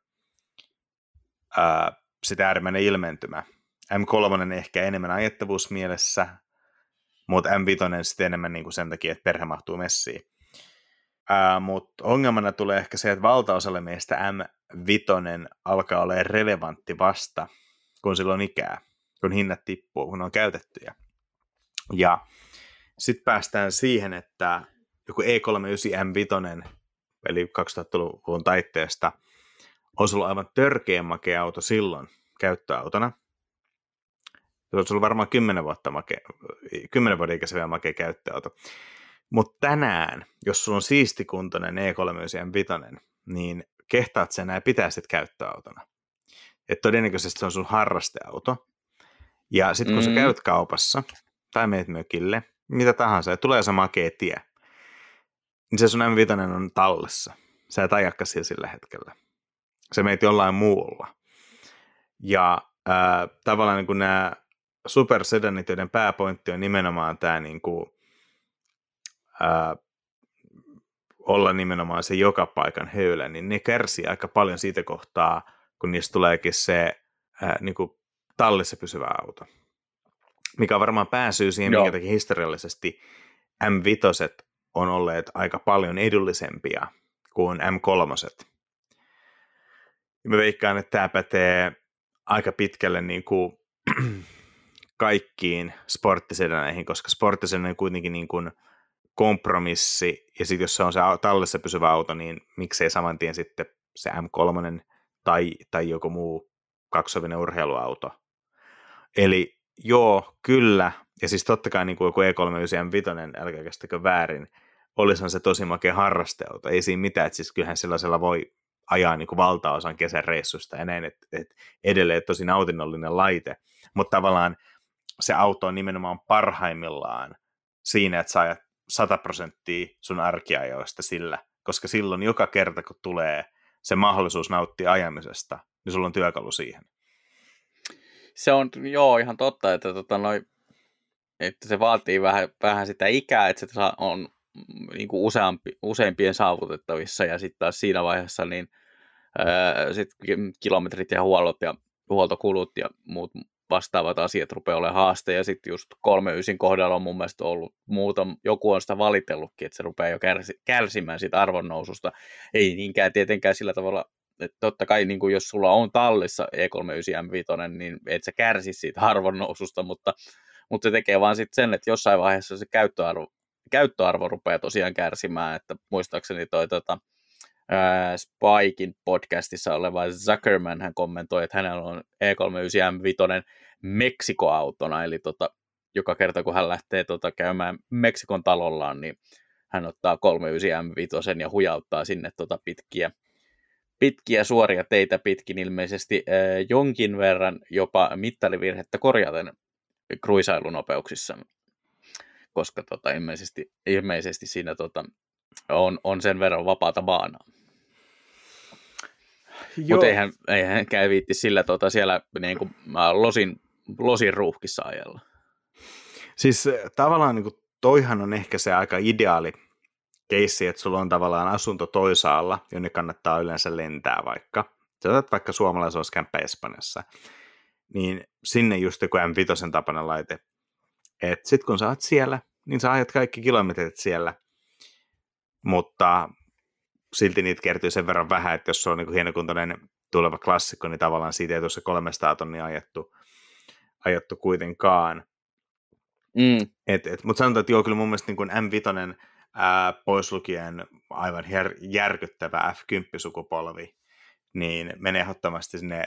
sitä äärimmäinen ilmentymä. M3 ehkä enemmän ajettavuusmielessä, mutta M5 sitten enemmän niin kuin sen takia, että perhe mahtuu messiin. Mutta ongelmana tulee ehkä se, että valtaosalle meistä M5 alkaa olla relevantti vasta, kun sillä on ikää, kun hinnat tippuu, kun on käytettyjä. Ja sitten päästään siihen, että joku E39 M5, eli 2000-luvun taitteesta, olisi ollut aivan törkeän makea auto silloin käyttöautona. Se olisi ollut varmaan 10 vuoden ikäisen vielä makea käyttöauto. Mutta tänään, jos sulla on siistikuntoinen E39 M5, niin kehtaat sen ja pitää sit käyttöautona. Et todennäköisesti se on sun harrasteauto. Ja sitten kun sä käyt kaupassa tai meet mökille, mitä tahansa, ja tulee se makea tie, niin se sun M5 on tallessa. Sä et ajakka sillä hetkellä. Se meet jollain muulla. Ja tavallaan niin kuin nämä supersedanit, joiden pääpointti on nimenomaan tämä niin kuin, olla nimenomaan se joka paikan höylä, niin ne kärsii aika paljon siitä kohtaa, kun niistä tuleekin se niin kuin tallissa pysyvä auto. Mikä on varmaan pääsyy siihen, minkä takia historiallisesti M5 on olleet aika paljon edullisempia kuin M3. Ja mä veikkaan, että tämä pätee aika pitkälle niin kuin kaikkiin sporttisedaneihin, koska sporttisedan on kuitenkin niin kuin kompromissi, ja sitten jos se on se tallessa pysyvä auto, niin miksei saman tien sitten se M3 tai joku muu kaksovinen urheiluauto. Eli joo, kyllä, ja siis totta kai niin kuin joku E39 M5, älkää käsittäkö väärin, olisihan se tosi makea harrasteauto, ei siinä mitään, että siis kyllähän sellaisella voi ajaa niin kuin valtaosan kesän reissusta ja näin, että edelleen tosi nautinnollinen laite, mutta tavallaan se auto on nimenomaan parhaimmillaan siinä, että sä ajat 100% sun arkiajoista sillä, koska silloin joka kerta, kun tulee se mahdollisuus nauttia ajamisesta, niin sulla on työkalu siihen. Se on ihan totta, että, että se vaatii vähän sitä ikää, että se on niin kuin useimpien saavutettavissa, ja sitten taas siinä vaiheessa niin sit kilometrit ja huoltokulut ja muut vastaavat asiat rupeaa olemaan haaste, ja sitten just 39 kohdalla on mun mielestä ollut joku on sitä valitellut,kin, että se rupeaa jo kärsimään siitä arvonnoususta. Ei niinkään tietenkään sillä tavalla, että totta kai niin kuin jos sulla on tallissa E39 M5, niin et sä kärsi siitä arvonnoususta, mutta se tekee vaan sitten sen, että jossain vaiheessa se käyttöarvo rupeaa tosiaan kärsimään, että muistaakseni toi Spikein podcastissa oleva Zuckerman hän kommentoi, että hänellä on E39 M5 Meksikoautona, eli joka kerta kun hän lähtee käymään Meksikon talollaan, niin hän ottaa 39 M5 ja hujauttaa sinne pitkiä suoria teitä pitkin, ilmeisesti jonkin verran jopa mittarivirhettä korjaten kruisailunopeuksissa, koska ilmeisesti siinä on sen verran vapaata baanaa. Mutta eihän käy viitti sillä siellä niin kuin, losin ruuhkissa ajalla. Siis tavallaan niin kuin, toihan on ehkä se aika ideaali keissi, että sulla on tavallaan asunto toisaalla, jonne kannattaa yleensä lentää vaikka. Sä otat vaikka suomalaisuuskämppä Espanjassa, niin sinne just joku M5 tapainen laite. Että sit kun sä oot siellä, niin sä ajat kaikki kilometrit siellä, mutta silti niitä kertyy sen verran vähän, että jos se on niin kuin hienokuntoinen tuleva klassikko, niin tavallaan siitä ei tuossa 300 tonnia ajettu kuitenkaan. Mutta sanotaan, että joo, kyllä mun mielestä niin kuin M5 pois lukien aivan järkyttävä F10-sukupolvi, niin menee ehdottomasti sinne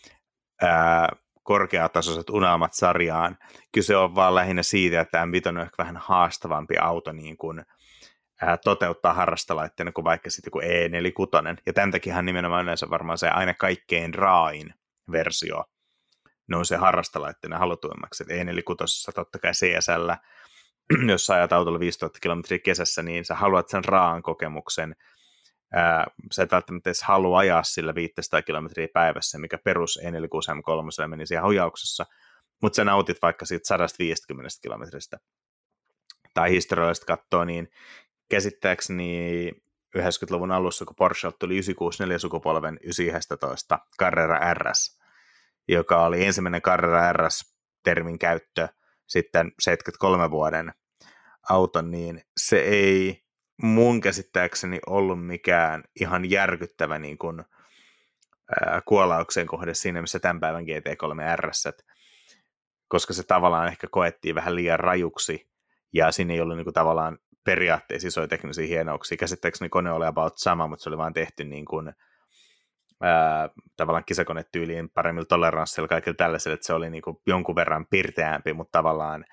korkeatasoiset unelmat sarjaan. Kyse on vaan lähinnä siitä, että M5 on ehkä vähän haastavampi auto niin kuin toteuttaa harrastalaitteena kuin vaikka sitten joku E46. Ja tämän takiahan nimenomaan yleensä varmaan se aina kaikkein raain versio nousee harrastalaitteena halutuimmaksi. E46 totta kai CSL, jos sä ajat autolla 5000 kilometriä kesässä, niin sä haluat sen raan kokemuksen. Sä et välttämättä edes halua ajaa sillä 500 kilometriä päivässä, mikä perus E46 M3 meni siellä hujauksessa, mutta sä nautit vaikka siitä 150 kilometristä. Tai historiallisesti katsoo, niin käsittääkseni 90-luvun alussa, kun Porschelta tuli 964 sukupolven 911 Carrera RS, joka oli ensimmäinen Carrera RS-termin käyttö sitten 73 vuoden auton, niin se ei mun käsittääkseni ollut mikään ihan järkyttävä niin kuin, kuolauksen kohde siinä, missä tämän päivän GT3 RS, koska se tavallaan ehkä koettiin vähän liian rajuksi, ja siinä ei ollut niin kuin, tavallaan periaatteessa isoja teknisiä hienouksia. Käsittääkseni kone oli about sama, mutta se oli vaan tehty niin kuin, tavallaan kisakonetyyliin paremmilla toleransseilla kaikilla tällaisilla, että se oli niin kuin jonkun verran pirteämpi, mutta tavallaan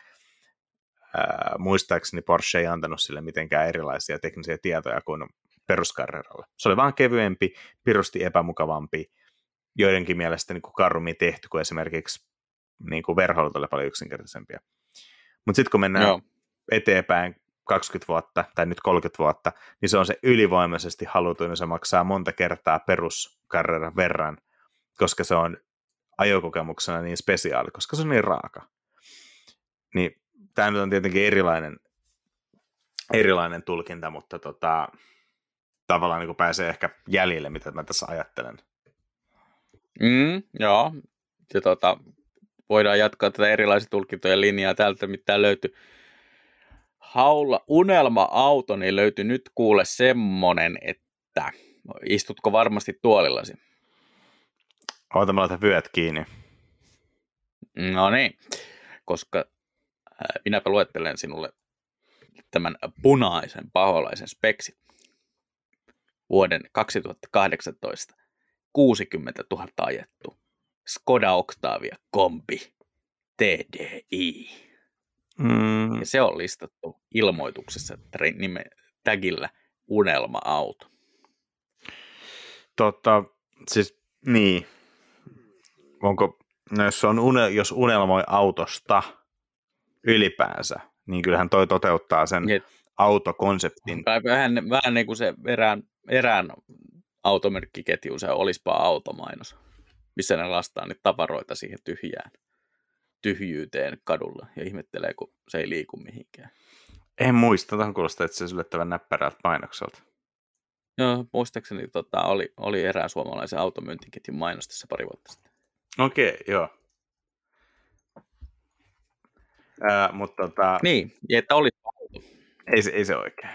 muistaakseni Porsche ei antanut sille mitenkään erilaisia teknisiä tietoja kuin peruskarreralle. Se oli vaan kevyempi, pirusti epämukavampi, joidenkin mielestä niin kuin karrummin tehty kuin esimerkiksi niin kuin verhoilut oli paljon yksinkertaisempia. Mutta sitten kun mennään eteenpäin 20 vuotta tai nyt 30 vuotta, niin se on se ylivoimaisesti halutuin, ja se maksaa monta kertaa peruskarreran verran, koska se on ajokokemuksena niin spesiaali, koska se on niin raaka. Niin tämä nyt on tietenkin erilainen tulkinta, mutta tavallaan niin kuin pääsee ehkä jäljille, mitä mä tässä ajattelen. Joo, ja voidaan jatkaa tätä erilaisia tulkintojen linjaa täältä, mitä löytyy. Haulla unelma-auto, niin löytyy nyt kuule semmonen, että istutko varmasti tuolillasi? Oota, mä laitan vyöt kiinni. No niin, koska minäpä luettelen sinulle tämän punaisen paholaisen speksin. Vuoden 2018 60 000 ajettu Skoda Octavia Kombi TDI. Ja se on listattu ilmoituksessa tagillä unelma-auto. Siis niin. Onko, no jos unelmoi autosta ylipäänsä, niin kyllähän toi toteuttaa sen autokonseptin. Vähän niin kuin se erään automerkkiketjuun se olispa automainos, missä ne lastaa niitä tavaroita siihen tyhjyyteen kadulla ja ihmettelee, kun se ei liiku mihinkään. En muista, tähän kuulostaa itse asiassa yllättävän näppärältä mainokselta. Joo, muistaakseni oli erään suomalaisen automyyntiketjun mainos tässä pari vuotta sitten. Okei, joo. Mutta Niin, että olisi auto. ei se oikein.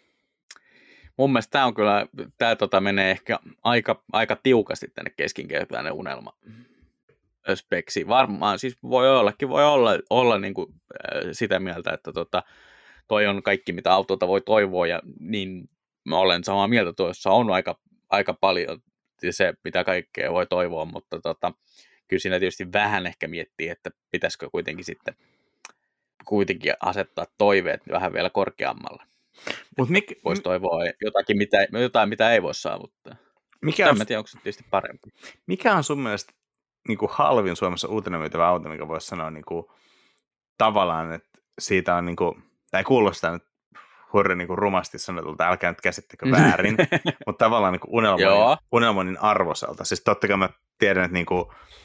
Mun mielestä tämä on kyllä, tämä menee ehkä aika tiukasti tänne keskinkertainen unelma speksi. Varmaan, siis voi olla niin kuin, sitä mieltä, että toi on kaikki, mitä autolta voi toivoa, ja niin mä olen samaa mieltä, tuossa on aika paljon se, mitä kaikkea voi toivoa, mutta kyllä siinä tietysti vähän ehkä miettii, että pitäisikö kuitenkin asettaa toiveet vähän vielä korkeammalle. Voisi toivoa jotain, mitä ei voi saavuttaa. En tiedä, onko se tietysti parempi. Mikä on sun mielestä niin kuin halvin Suomessa uutena myytävä auto, mikä voisi sanoa niin kuin, tavallaan, että siitä on, niin kuin, tai kuulostaa nyt hurri niin kuin rumasti sanotulta, älkää nyt käsittäkö väärin, mutta tavallaan niin unelmoinnin arvoselta. Siis totta kai mä tiedän, että niin kuin,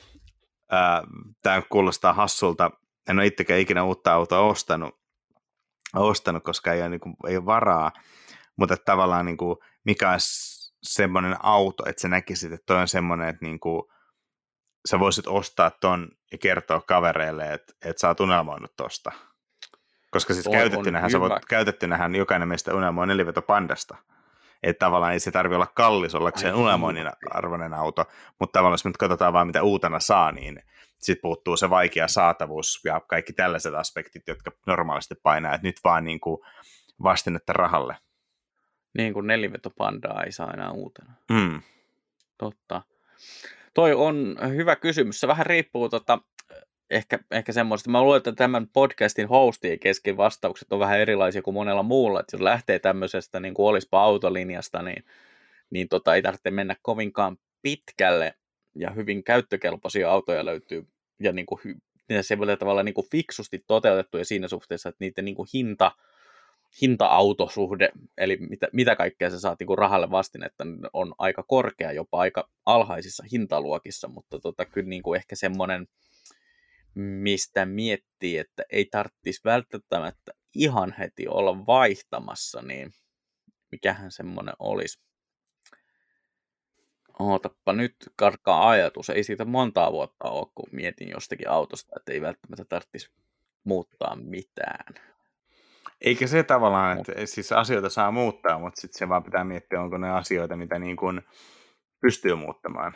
tämä kuulostaa hassulta. En ole itsekään ikinä uutta autoa ostanut koska ei ole varaa, mutta tavallaan niin kuin, mikä olisi semmoinen auto, että sä näkisit, että toi on semmoinen, että niin kuin, sä voisit ostaa ton ja kertoa kavereille, että sä oot unelmoinut tosta. Koska siis käytettynähän jokainen meistä unelmoi nelivetopandasta. Että tavallaan ei se tarvitse olla kallis ollakseen unelmoinnin arvoinen auto, mutta tavallaan jos me nyt katsotaan vaan mitä uutena saa, niin sitten puuttuu se vaikea saatavuus ja kaikki tällaiset aspektit, jotka normaalisti painaa, että nyt vaan niin kuin vastinetta rahalle. Niin kuin nelivetopandaa ei saa enää uutena. Mm. Totta. Toi on hyvä kysymys. Se vähän riippuu ehkä semmoista. Mä luulen, että tämän podcastin hostien kesken vastaukset on vähän erilaisia kuin monella muulla. Että jos lähtee tämmöisestä, niin kuin olispa autolinjasta, niin ei tarvitse mennä kovinkaan pitkälle. Ja hyvin käyttökelpoisia autoja löytyy. Ja niin kuin, semmoilla tavalla niin kuin fiksusti toteutettuja siinä suhteessa, että niiden niin kuin hinta-autosuhde, eli mitä kaikkea sä saat niin rahalle vastinetta, on aika korkea, jopa aika alhaisissa hintaluokissa, mutta kyllä niin kuin ehkä semmoinen, mistä miettii, että ei tarvitsisi välttämättä ihan heti olla vaihtamassa, niin mikähän semmoinen olisi. Ootappa nyt karkaa ajatus, ei siitä montaa vuotta ole, kun mietin jostakin autosta, että ei välttämättä tarvitsisi muuttaa mitään. Eikä se tavallaan, että siis asioita saa muuttaa, mutta sitten se vaan pitää miettiä, onko ne asioita, mitä niin kuin pystyy muuttamaan.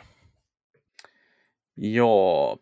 Joo.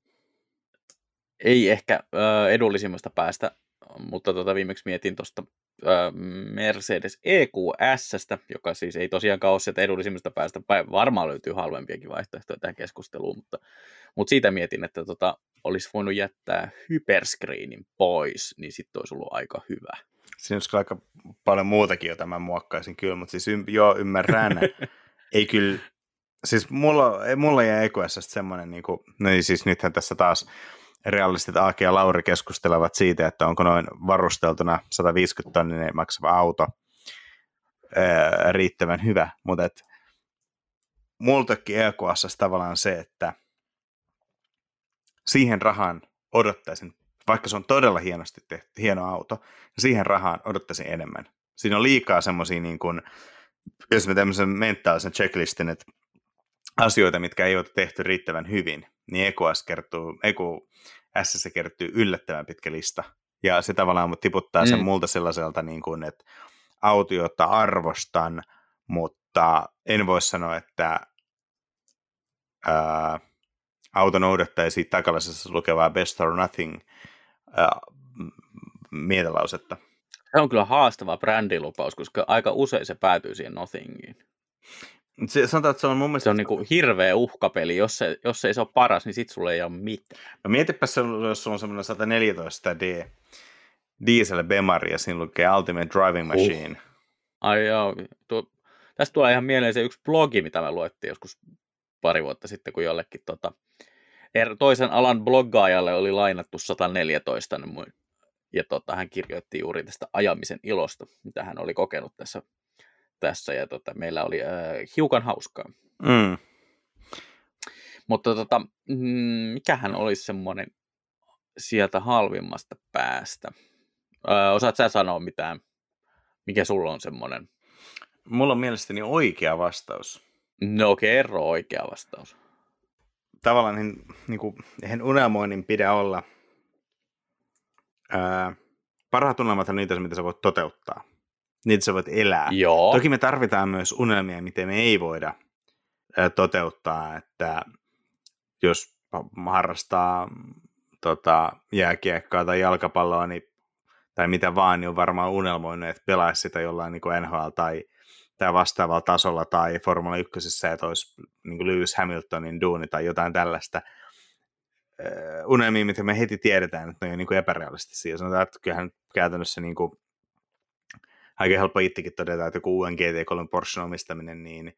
Ei ehkä edullisimmasta päästä, mutta viimeksi mietin tuosta Mercedes EQS:stä, joka siis ei tosiaankaan ole sieltä edullisimmasta päästä. Varmaan löytyy halvempiakin vaihtoehtoja tähän keskusteluun, mutta siitä mietin, että olisi voinut jättää hyperscreenin pois, niin sitten olisi ollut aika hyvä. Siinä olisi aika paljon muutakin, jota mä muokkaisin kyllä, mutta siis ymmärrän. Ei kyllä, siis mulla jäi EQS:stä semmoinen, niin kuin, no siis nythän tässä taas realistit Aake ja Lauri keskustelevat siitä, että onko noin varusteltuna 150 tonnia maksava auto riittävän hyvä, mutta multakin EQS:ssä tavallaan se, että siihen rahaan odottaisin, vaikka se on todella hienosti tehty, hieno auto, siihen rahaan odottaisin enemmän. Siinä on liikaa semmoisia, niin kuin, jos me tämmöisen mentaalisen checklistin, että asioita, mitkä ei ole tehty riittävän hyvin, niin EQS kertyy yllättävän pitkä lista. Ja se tavallaan tiputtaa sen multa sellaiselta, niin kuin, että auto, jota arvostan, mutta en voi sanoa, että auto noudattaisi takalaisessa lukevaa best or nothing mietelausetta. Se on kyllä haastava brändilupaus, koska aika usein se päätyy siihen nothingiin. Sanotaan, että se on mun mielestä... Se on niin kuin hirveä uhkapeli. Jos ei se ole paras, niin sit sulle ei ole mitään. No mietipä, jos sulla on semmoinen 114D diesel Bemari ja siinä lukee Ultimate Driving Machine. Ai joo. Tästä tulee ihan mieleen se yksi blogi, mitä me luettiin joskus pari vuotta sitten, kun jollekin toisen alan bloggaajalle oli lainattu 114. Ja hän kirjoitti juuri tästä ajamisen ilosta, mitä hän oli kokenut tässä ja meillä oli hiukan hauskaa. Mm. Mutta mikähän olisi semmoinen sieltä halvimmasta päästä? Osaat sä sanoa mitään? Mikä sulla on semmoinen? Mulla on mielestäni oikea vastaus. No kerro oikea vastaus. Tavallaan eihän unelmoinnin pidä olla parhaat unelmat on niitä, mitä sä voit toteuttaa. Niitä sä voit elää. Joo. Toki me tarvitaan myös unelmia, miten me ei voida toteuttaa, että jos harrastaa jääkiekkoa tai jalkapalloa tai mitä vaan, niin on varmaan unelmoinut, että pelaisi sitä jollain niin kuin NHL tai vastaavalla tasolla tai Formula 1, että olisi niin kuin Lewis Hamiltonin duuni tai jotain tällaista. Unelmia, mitä me heti tiedetään, että ne on niin kuin epärealistisia. Sanotaan, että kyllähän käytännössä niin kuin aika helppo itsekin todeta, että joku uuden GT3 Porschen omistaminen niin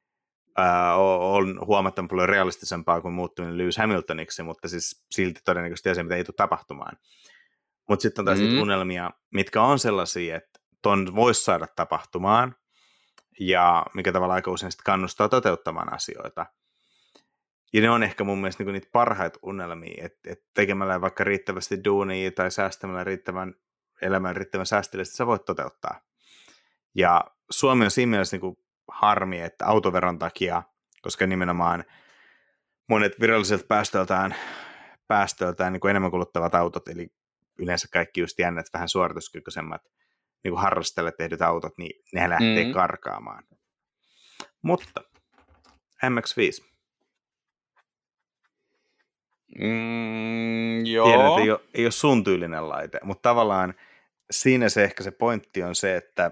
on huomattavan paljon realistisempaa kuin muuttuminen Lewis Hamiltoniksi, mutta siis silti todennäköisesti asia, mitä ei tule tapahtumaan. Mutta sitten on taas unelmia, mitkä on sellaisia, että ton voisi saada tapahtumaan, ja mikä tavallaan aika usein sitten kannustaa toteuttamaan asioita. Ja ne on ehkä mun mielestä niitä parhaita unelmia, että tekemällä vaikka riittävästi duunia tai säästämällä elämän riittävän säästeliästi sä voit toteuttaa. Ja Suomi on siinä mielessä niin harmi, että autoveron takia, koska nimenomaan monet viralliset päästöiltään niin enemmän kuluttavat autot, eli yleensä kaikki just jännät, vähän suorituskykyisemmat niin harrastelle tehdyt autot, niin ne lähtee karkaamaan. Mutta MX-5. Joo. Tiedän, että ei ole sun tyylinen laite, mutta tavallaan siinä se ehkä se pointti on se, että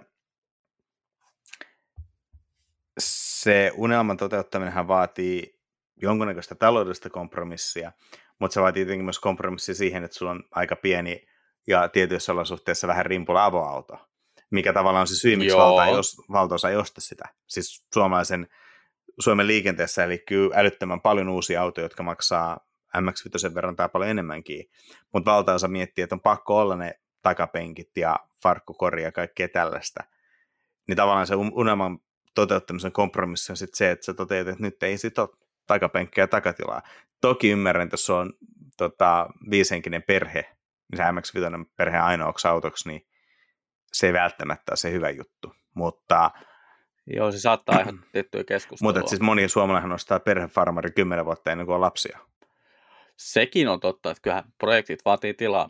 se unelman toteuttaminenhan vaatii jonkunnäköistä taloudellista kompromissia, mutta se vaatii tietenkin myös kompromissia siihen, että sulla on aika pieni ja tietyissä olosuhteissa vähän rimpula avoauto, mikä tavallaan on se syy, miksi valtaosa ei osta sitä. Siis Suomen liikenteessä liikkuu älyttömän paljon uusia autoja, jotka maksaa MX-5 verran tai paljon enemmänkin, mutta valtaosa miettii, että on pakko olla ne takapenkit ja farkkukori ja kaikkea tällaista. Niin tavallaan se unelman toteuttamisen kompromissi on sitten se, että sä toteat, että nyt ei sit ole takapenkkiä ja takatilaa. Toki ymmärrän, että jos on 5-henkinen perhe, niin se MX-5 perheen ainoaksi autoksi, niin se ei välttämättä ole se hyvä juttu. Mutta joo, se saattaa ihan tiettyä keskustelua. Mutta siis moni suomalainen ostaa perhefarmari 10 vuotta ennen kuin on lapsia. Sekin on totta, että kyllähän projektit vaatii tilaa.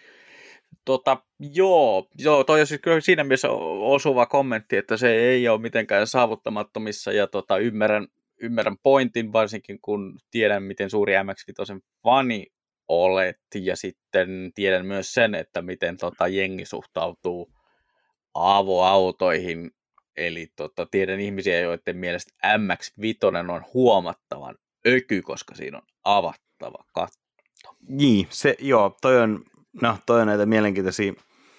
Joo, toi on siis kyllä siinä mielessä osuva kommentti, että se ei ole mitenkään saavuttamattomissa, ja ymmärrän pointin, varsinkin kun tiedän, miten suuri MX-5 fani olet, ja sitten tiedän myös sen, että miten jengi suhtautuu avoautoihin, eli tiedän ihmisiä, joiden mielestä MX-5 on huomattavan öky, koska siinä on avattava katto. Niin, toi on näitä mielenkiintoisia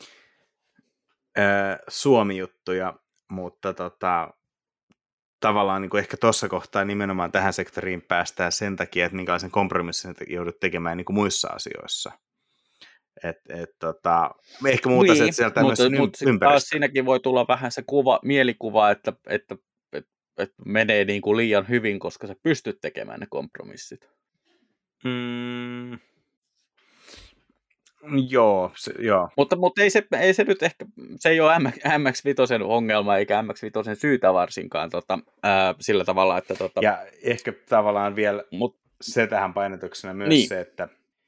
Suomi-juttuja, mutta tavallaan niin kuin ehkä tuossa kohtaa nimenomaan tähän sektoriin päästään sen takia, että minkälaisen kompromissin joudut tekemään niin kuin muissa asioissa. Ehkä muuta se, että sieltä myös ympäristö. Siinäkin voi tulla vähän se mielikuva, että menee niin kuin liian hyvin, koska sä pystyt tekemään ne kompromissit. Joo. Mutta ei se nyt ehkä, se ei ole MX-5 ongelma, eikä MX-5 syytä varsinkaan sillä tavalla, että Ja ehkä tavallaan vielä se tähän painotuksena myös se, että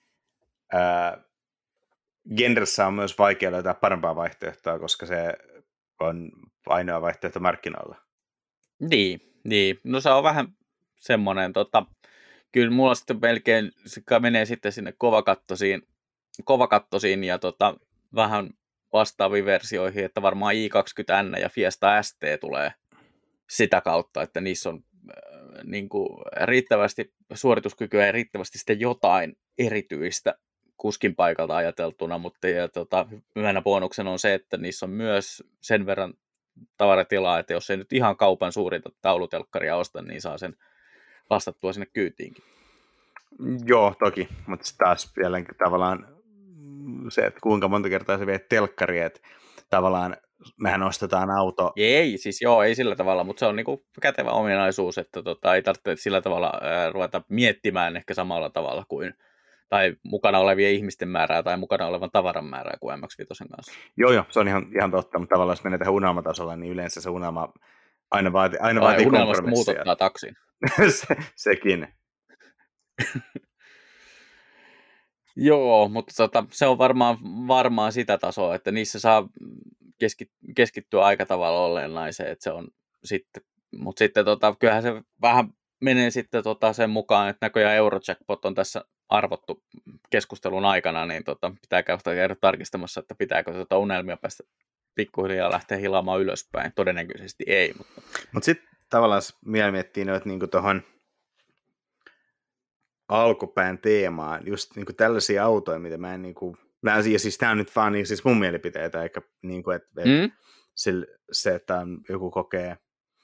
genressä on myös vaikea löytää parempaa vaihtoehtoa, koska se on ainoa vaihtoehto markkinoilla. Niin. No se on vähän semmoinen, kyllä mulla sitten melkein menee sitten sinne kovakattosiin ja vähän vastaaviin versioihin, että varmaan i20N ja Fiesta ST tulee sitä kautta, että niissä on niin kuin riittävästi suorituskykyä ja riittävästi sitten jotain erityistä kuskin paikalta ajateltuna, mutta hyvänä bonuksena on se, että niissä on myös sen verran tavaratilaa, että jos ei nyt ihan kaupan suurinta taulutelkkaria osta, niin saa sen lastattua sinne kyytiinkin. Joo, toki, mutta taas vieläkin tavallaan se, että kuinka monta kertaa se vie telkkaria, että tavallaan mehän ostetaan auto. Ei sillä tavalla, mutta se on niinku kätevä ominaisuus, että ei tarvitse sillä tavalla ruveta miettimään ehkä samalla tavalla kuin tai mukana olevien ihmisten määrää tai mukana olevan tavaran määrää kuin MX-5 kanssa. Joo, se on ihan totta, mutta tavallaan jos menee tähän unelmatasolla, niin yleensä se unelma aina vaatii Unelmasta muut kompromissia. ottaa taksin. Sekin. Joo, mutta se on varmaan sitä tasoa, että niissä saa keskittyä aika tavalla olennaiseen, että se on sitten, mutta sitten kyllähän se vähän menee sitten sen mukaan, että näköjään Eurojackpot on tässä arvottu keskustelun aikana, niin pitää käydä tarkistamassa, että pitääkö unelmia päästä pikkuhiljaa lähteä hilaamaan ylöspäin. Todennäköisesti ei. Mutta sitten tavallaan vielä miettii noita niinku tuohon alkupään teemaan, just niinku tällaisia autoja, mitä mä en niinku, ja siis tämä on nyt vaan niin, siis mun mielipiteitä, eikä niinku, että se, että joku kokee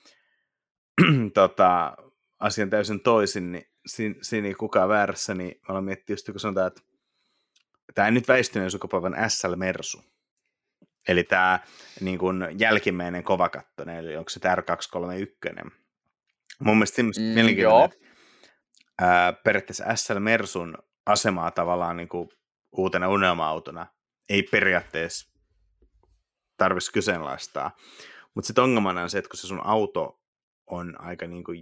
asian täysin toisin, niin siinä ei kukaan väärässä, niin mä olen miettinyt just, kun sanotaan, että tämä nyt väistyneen sukupolven SL-Mersu, eli tämä niin kuin jälkimmäinen kovakattoinen, eli onko se R231. Mun mielestä mielenkiintoinen, periaatteessa SL-Mersun asemaa tavallaan niin kuin uutena unelma-autona ei periaatteessa tarvitsisi kyseenalaistaa, mutta sitten ongelmana on se, että kun se sun auto on aika niin kuin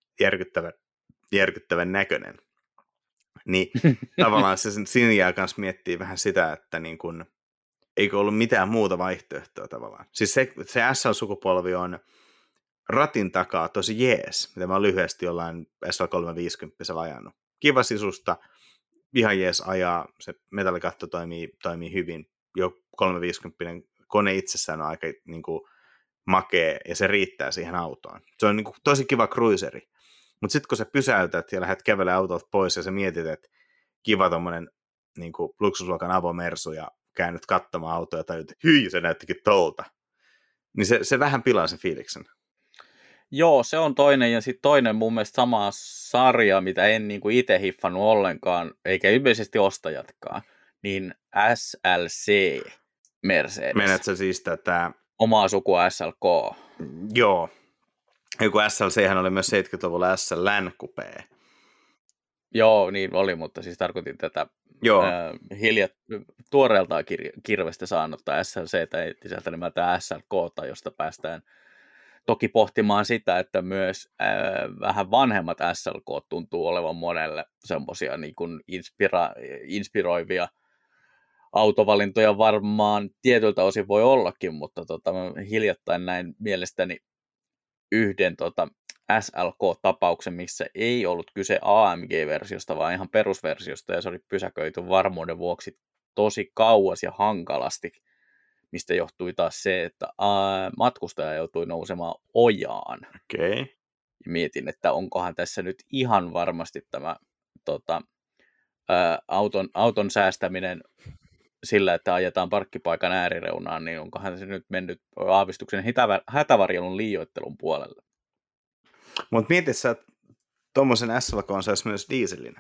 järkyttävän näköinen, niin tavallaan se siinä jää kanssa miettii vähän sitä, että niin kun, eikö ollut mitään muuta vaihtoehtoa tavallaan. Siis se SL-sukupolvi on ratin takaa tosi jees, mitä mä oon lyhyesti jollain SL350 ajanut. Kiva sisusta, ihan jees ajaa, se metallikatto toimii hyvin. Jo 350 kone itsessään on aika niin kuin makea ja se riittää siihen autoon. Se on niin kuin tosi kiva cruiseri. Mutta sitten kun sä pysäytät ja lähdet kävelemään autolta pois ja sä mietit, että kiva tommonen niin kuin luksusluokan avomersu ja käännyt katsomaan autoa ja tajut, että hyi, se näyttikin tolta. Niin se vähän pilaa sen fiiliksen. Joo, se on toinen ja sitten toinen mun mielestä sama sarja, mitä en niin kuin itse hiffannut ollenkaan, eikä ilmeisesti ostajatkaan, niin SLC Mercedes. Menetkö siis tätä omaa sukua SLK? Joo. Joku SLChän oli myös 70-luvulla SLN Coupé. Joo, niin oli, mutta siis tarkoitin tätä tuoreeltaan kirvestä saanutta SLCtä, sieltä nimeltään SLK, josta päästään toki pohtimaan sitä, että myös vähän vanhemmat SLK tuntuu olevan monelle semmoisia niin kuin inspiroivia autovalintoja varmaan tietyltä osin voi ollakin, mutta hiljattain näin mielestäni yhden SLK-tapauksen, missä ei ollut kyse AMG-versiosta, vaan ihan perusversiosta, ja se oli pysäköity varmuuden vuoksi tosi kauas ja hankalasti, mistä johtui taas se, että matkustaja joutui nousemaan ojaan. Okay. Ja mietin, että onkohan tässä nyt ihan varmasti tämä auton säästäminen sillä, että ajetaan parkkipaikan äärireunaan, niin onkohan se nyt mennyt aavistuksen hätävarjelun liioittelun puolelle. Mutta mietit sä, että tuommoisen SLK on myös dieselinen.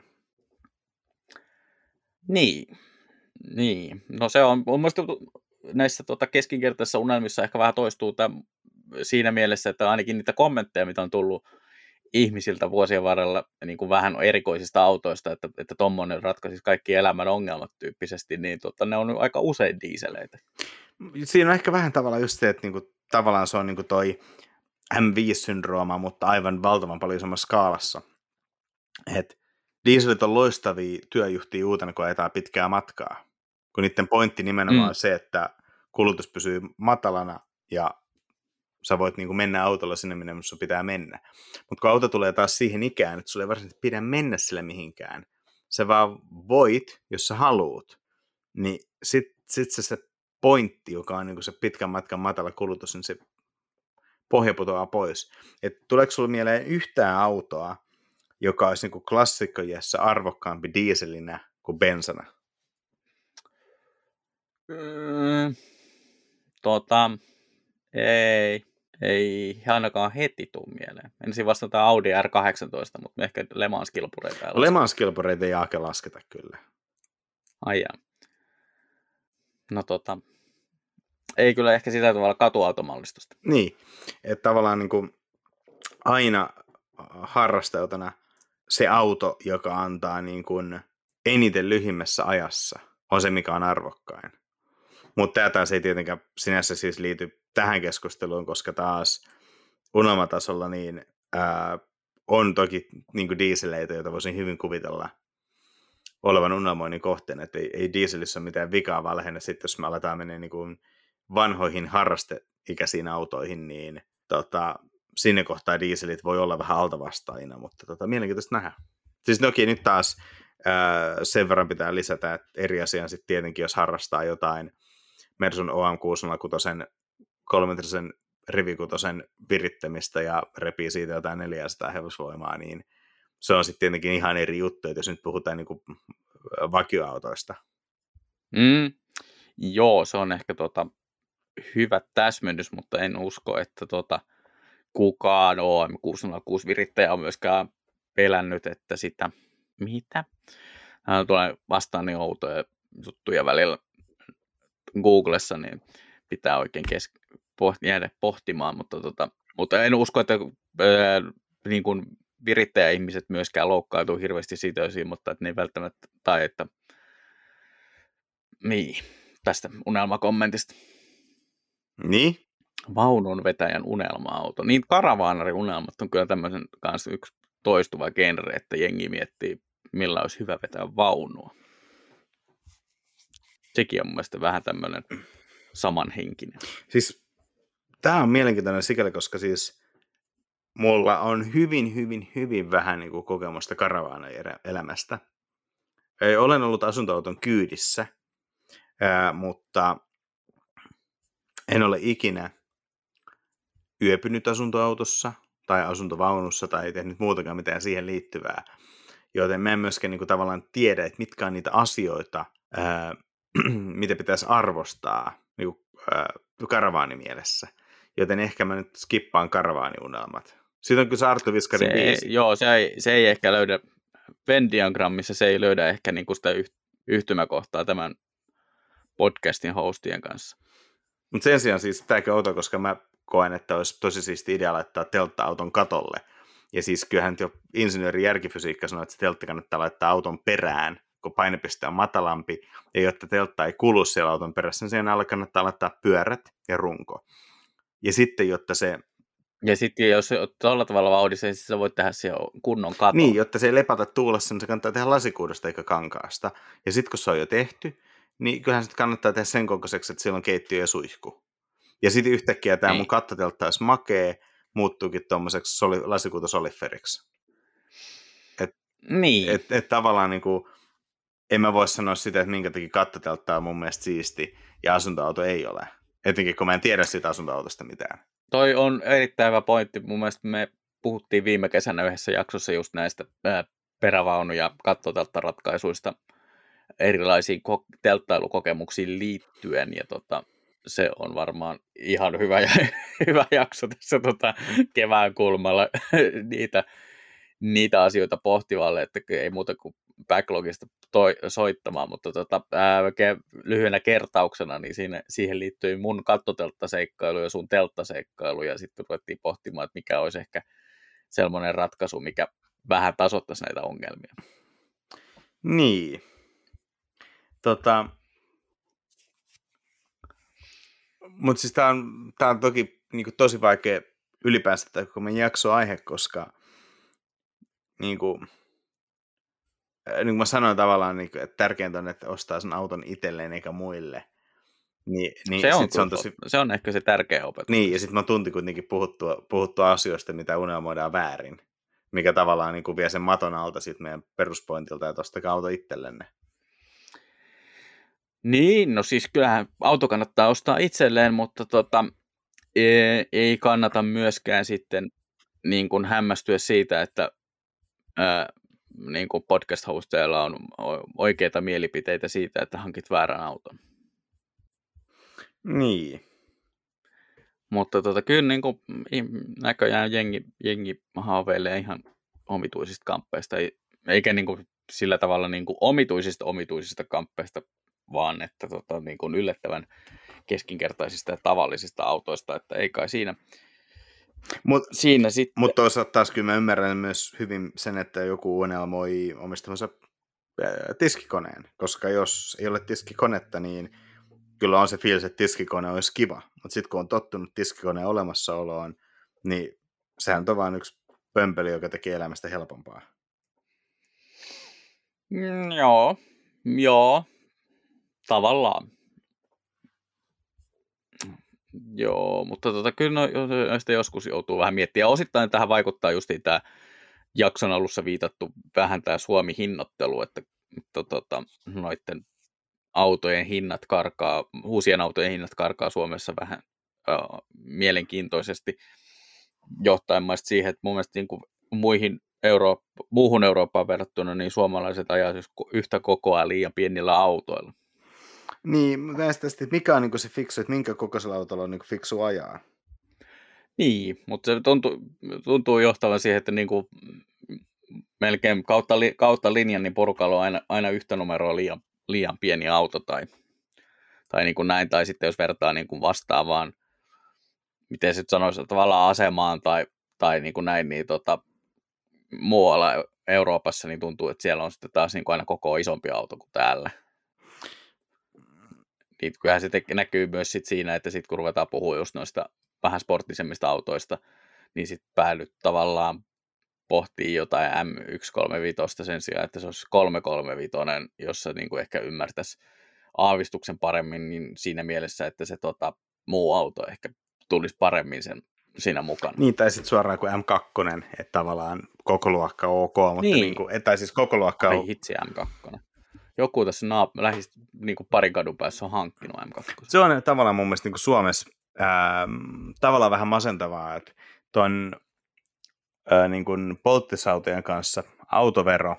Niin. No se on, mun mielestä näissä keskinkertaisissa unelmissa ehkä vähän toistuu siinä mielessä, että ainakin niitä kommentteja, mitä on tullut ihmisiltä vuosien varrella niin kuin vähän erikoisista autoista, että tommonen ratkaisisi kaikki elämän ongelmat tyyppisesti, niin ne on aika usein dieseleitä. Siinä on ehkä vähän tavallaan just se, että niinku, tavallaan se on niinku toi M5-syndrooma, mutta aivan valtavan paljon isommassa skaalassa. Et dieselit on loistavia työjuhtia uutena, kun ajetaan pitkää matkaa. Kun niiden pointti nimenomaan on se, että kulutus pysyy matalana ja sä voit niinku mennä autolla sinne, minne sun pitää mennä. Mutta kun auto tulee taas siihen ikään, että sulle ei varsinaisesti pidä mennä sille mihinkään, sä vaan voit, jos sä haluut, niin sit se pointti, joka on niinku se pitkän matkan matala kulutus, niin se pohja putoaa pois. Et tuleeko sulle mieleen yhtään autoa, joka olisi niinku klassikkojessa arvokkaampi dieselinä kuin bensana? Ei ainakaan heti tule mieleen. Ensin vastata Audi R18, mutta ehkä Le Mans-kilpureita. Le Mans-kilpureita ei Aake lasketa kyllä. Ai jaa. No ei kyllä ehkä sillä tavalla katuautomallistusta. Niin, että tavallaan niin kuin aina harrastautuna se auto, joka antaa niin kuin eniten lyhimmässä ajassa on se, mikä on arvokkain. Mutta tämä taas ei tietenkään sinänsä siis liity tähän keskusteluun, koska taas unelmatasolla niin, on toki niin dieseleitä, joita voisin hyvin kuvitella olevan unelmoinnin kohteen, että ei dieselissä ole mitään vikaa, vaan lähinnä sitten, jos me aletaan mennä niin kuin vanhoihin harrasteikäisiin autoihin, niin sinne kohtaa dieselit voi olla vähän altavastaajina, mutta mielenkiintoista nähdä. Siis toki nyt taas sen verran pitää lisätä, että eri asiaan sitten tietenkin, jos harrastaa jotain Mersun OM606 kolmetrisen rivikutosen virittämistä ja repii siitä jotain 400 hevosvoimaa, niin se on sitten tietenkin ihan eri juttu, että jos nyt puhutaan niin kuin vakioautoista. Joo, se on ehkä hyvä täsmennys, mutta en usko, että kukaan OM606 virittäjä on myöskään pelännyt, että sitä, mitä? Tulee vastaan niin outoja juttuja välillä Googlessa, niin pitää oikein jäädä pohtimaan, mutta en usko, että niin kuin virittäjäihmiset myöskään loukkaantuu hirveästi siitä, mutta että ne ei välttämättä, tai että niin, tästä unelmakommentista. Niin? Vaunun vetäjän unelma-auto. Niin karavaanari-unelmat on kyllä tämmöisen kanssa yksi toistuva genre, että jengi miettii, millä olisi hyvä vetää vaunua. Sekin on mun mielestä vähän tämmöinen samanhenkinen. Siis tämä on mielenkiintoinen sikäli, koska siis mulla on hyvin vähän niin kuin kokemusta karavaanaelämästä. Olen ollut asuntoauton kyydissä, mutta en ole ikinä yöpynyt asuntoautossa tai asuntovaunussa tai tehnyt muutakaan mitään siihen liittyvää. Joten mä en myöskään niin kuin tavallaan tiedä, että mitkä on niitä asioita, mitä pitäisi arvostaa niin kuin, karavaanimielessä. Joten ehkä mä nyt skippaan karavaaniunelmat. Siitä on kyllä se Arttu Viskarin biisi. Joo, se ei ehkä löydä, Venn-diagrammissa se ei löydä ehkä niin kuin sitä yhtymäkohtaa tämän podcastin hostien kanssa. Mutta sen sijaan siis tämäkin outo, koska mä koen, että olisi tosi siisti idea laittaa teltta-auton katolle. Ja siis kyllähän jo insinöörin järkifysiikka sanoo, että se teltta kannattaa laittaa auton perään, kun painopiste on matalampi, ja jotta teltta ei kulu siellä auton perässä, niin siihen alle kannattaa laittaa pyörät ja runko. Ja sitten, jotta se... Ja sitten jos olet tuolla tavalla vauhdissa, niin sä voit tehdä siihen kunnon katon. Niin, jotta se ei lepata tuulessa, niin se kannattaa tehdä lasikuudesta eikä kankaasta. Ja sitten kun se on jo tehty, niin kyllähän sitten kannattaa tehdä sen kokoiseksi, että siellä on keittiö ja suihku. Ja sitten yhtäkkiä tämä mun kattoteltta olisi makee, muuttuukin tuommoiseksi lasikuutosoliferiksi. Niin. Et tavallaan niin kuin, en mä voi sanoa sitä, että minkä takia kattoteltta on mun mielestä siisti ja asuntoauto ei ole. Etenkin kun mä en tiedä siitä asuntoautosta mitään. Toi on erittäin hyvä pointti. Mun mielestä me puhuttiin viime kesänä yhdessä jaksossa just näistä perävaunu- ja kattotelttaratkaisuista erilaisiin telttailukokemuksiin liittyen. Ja se on varmaan ihan hyvä jakso tässä kevään kulmalla niitä asioita pohtivalle, että ei muuta kuin backlogista soittamaan, mutta lyhyenä kertauksena, niin siihen liittyy mun kattotelttaseikkailu ja sun telttaseikkailu, ja sitten ruvettiin pohtimaan, että mikä olisi ehkä sellainen ratkaisu, mikä vähän tasoittaisi näitä ongelmia. Niin. Mutta siis tää on toki niinku tosi vaikea ylipäänsä tämä koko meidän jaksoaihe, koska niinku mä sanoin tavallaan, että tärkeintä on, että ostaa sen auton itselleen eikä muille. Niin se on ehkä se tärkeä opetus. Niin, ja sitten mä tunti kuitenkin puhuttua asioista, mitä unelmoidaan väärin, mikä tavallaan niin kuin vie sen maton alta siitä meidän peruspointilta, että ostakaa auto itsellenne. Niin, no siis kyllähän auto kannattaa ostaa itselleen, mutta ei kannata myöskään sitten niin kuin hämmästyä siitä, että niin kuin podcast-hosteilla on oikeita mielipiteitä siitä, että hankit väärän auton. Niin. Mutta kyllä niin kuin, näköjään jengi haaveilee ihan omituisista kamppeista, eikä niin kuin sillä tavalla niin kuin omituisista kamppeista, vaan että niin kuin yllättävän keskinkertaisista ja tavallisista autoista, että ei kai siinä. Mutta toisaalta taas kyllä mä ymmärrän myös hyvin sen, että joku unelmoi omistavansa tiskikoneen, koska jos ei ole tiskikonetta, niin kyllä on se fiilis, että tiskikone olisi kiva, mutta sitten kun on tottunut tiskikoneen olemassaoloon, niin sehän on vaan yksi pömpeli, joka tekee elämästä helpompaa. Joo, tavallaan. Joo, mutta kyllä näistä joskus joutuu vähän miettimään. Osittain tähän vaikuttaa justiin tämä jakson alussa viitattu vähän tämä Suomi-hinnoittelu, että noiden autojen hinnat karkaa, uusien autojen hinnat karkaa Suomessa vähän mielenkiintoisesti johtaen maista siihen, että mun mielestä niin kuin muuhun Eurooppaan verrattuna, niin suomalaiset ajaa yhtä kokoa liian pienillä autoilla. Niin, näistä sitten, että mikä on niin se fiksu, että minkä kokoisella autolla on niin fiksu ajaa? Niin, mutta se tuntuu johtavan siihen, että niin kuin melkein kautta linjan niin porukalla on aina yhtä numeroa liian pieni auto tai niin kuin näin, tai sitten jos vertaa niin kuin vastaavaan, miten sitten sanoisi, tavallaan asemaan tai niin kuin näin, niin muualla Euroopassa niin tuntuu, että siellä on sitten taas niin kuin aina koko isompi auto kuin täällä. Niin kyllähän se näkyy myös sit siinä, että sit kun ruvetaan puhua just noista vähän sporttisemmista autoista, niin sitten päädyt tavallaan pohtii jotain M135 sen sijaan, että se olisi 335, jossa niin kuin ehkä ymmärtäisi aavistuksen paremmin, niin siinä mielessä, että se muu auto ehkä tulisi paremmin siinä mukana. Niin, tai sitten suoraan kuin M2, että tavallaan koko luokka ok, mutta niin kuin, tai siis koko luokka on... Ai hitsi M2. Joku tässä lähes niin kuin parin kadun päässä on hankkinut M2. Se on tavallaan mun mielestä niin kuin Suomessa tavallaan vähän masentavaa, että tuon niin kuin polttisautojen kanssa autovero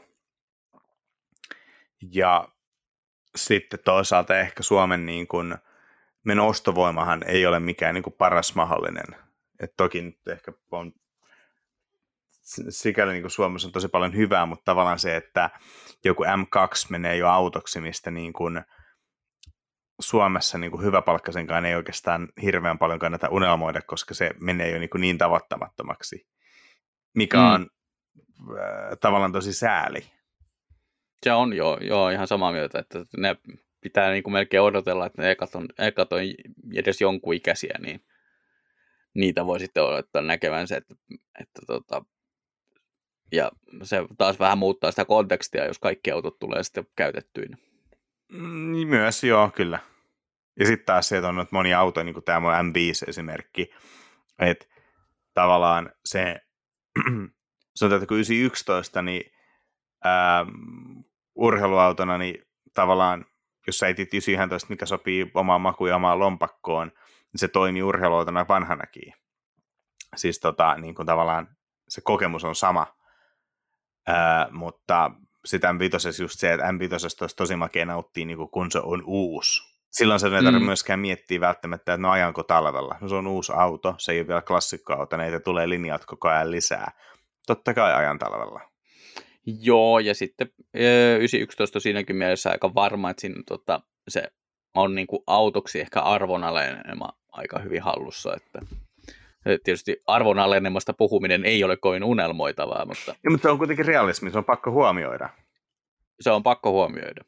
ja sitten toisaalta ehkä Suomen niin kuin, meidän ostovoimahan ei ole mikään niin kuin paras mahdollinen. Et toki nyt ehkä on sikäli niin kuin Suomessa on tosi paljon hyvää, mutta tavallaan se, että joku M2 menee jo autoksi, mistä niin kuin Suomessa niin kuin hyväpalkkaisenkaan ei oikeastaan hirveän paljon kannata unelmoida, koska se menee jo niin tavoittamattomaksi, mikä on tavallaan tosi sääli. Se on joo ihan samaa mieltä, että ne pitää niin kuin melkein odotella, että ne ekat on edes jonkun ikäisiä, niin niitä voi sitten odottaa näkevänsä, että ja se taas vähän muuttaa sitä kontekstia, jos kaikki autot tulee sitten käytettyinä. Myös joo, kyllä. Ja sitten taas se, että on moni auto, niin kuin tämä mun M5-esimerkki, että tavallaan se, sanotaan, että kun 911, niin urheiluautona, niin tavallaan, jos sä etit 911, mikä sopii omaan makuun ja omaan lompakkoon, niin se toimii urheiluautona vanhanakin. Siis niin kuin tavallaan se kokemus on sama, mutta sitten M5 just se, että M5 olisi tosi makea nauttia, niin kun se on uusi. Silloin se ei tarvitse myöskään miettiä välttämättä, että no ajanko talvella. No se on uusi auto, se ei ole vielä klassikkoauto, niitä tulee linjat koko ajan lisää. Totta kai ajan talvella. Joo, ja sitten 911 on siinäkin mielessä aika varma, että siinä, se on niin kuin autoksi ehkä arvonalenema aika hyvin hallussa, että tietysti arvonalenemasta puhuminen ei ole kovin unelmoitavaa, mutta... Ja, mutta se on kuitenkin realismi, se on pakko huomioida. Se on pakko huomioida.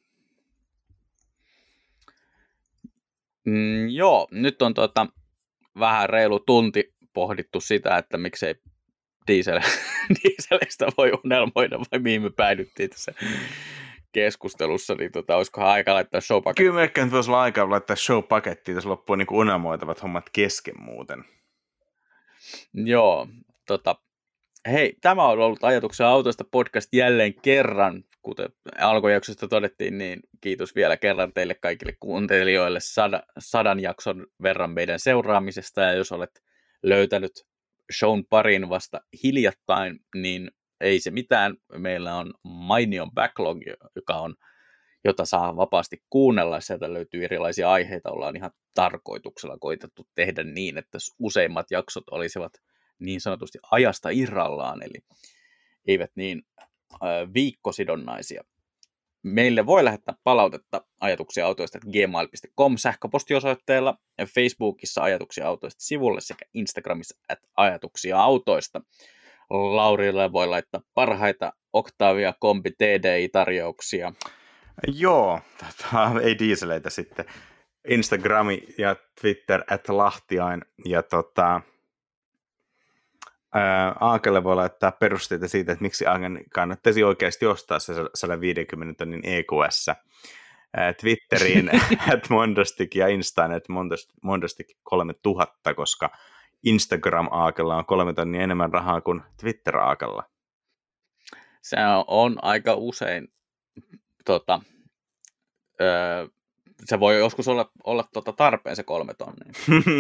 Joo, nyt on vähän reilu tunti pohdittu sitä, että miksei dieseleistä voi unelmoida, vai mihin me päädyttiin tässä keskustelussa, niin olisikohan aika laittaa showpakettiin? Kyllä ehkä nyt voisi olla aika laittaa showpakettiin, tässä loppuun niin unelmoitavat hommat kesken muuten. Joo, hei, tämä on ollut Ajatuksia autoista podcast jälleen kerran, kuten alkujaksosta todettiin, niin kiitos vielä kerran teille kaikille kuuntelijoille 100 jakson verran meidän seuraamisesta, ja jos olet löytänyt shown parin vasta hiljattain, niin ei se mitään, meillä on mainion backlog, jota saa vapaasti kuunnella, sieltä löytyy erilaisia aiheita, ollaan ihan tarkoituksella koitettu tehdä niin, että useimmat jaksot olisivat niin sanotusti ajasta irrallaan, eli eivät niin viikkosidonnaisia. Meille voi lähettää palautetta ajatuksiaautoista@gmail.com sähköpostiosoitteella, Facebookissa Ajatuksia autoista sivulle sekä Instagramissa @ajatuksiaautoista. Laurille voi laittaa parhaita Octavia Kombi TDI-tarjouksia. Joo, ei dieseleitä sitten. Instagrami ja Twitter @lahtiain ja Aakelle voi laittaa perusteita siitä, että miksi Aaken kannattaisi oikeasti ostaa se 150 tonnin EQS. Twitteriin @mondostik ja Instaan @mondostik 3000, koska Instagram Aakella on 3 tonnia enemmän rahaa kuin Twitter Aakella. Se on aika usein, se voi joskus olla tarpeen se 3 tonnia.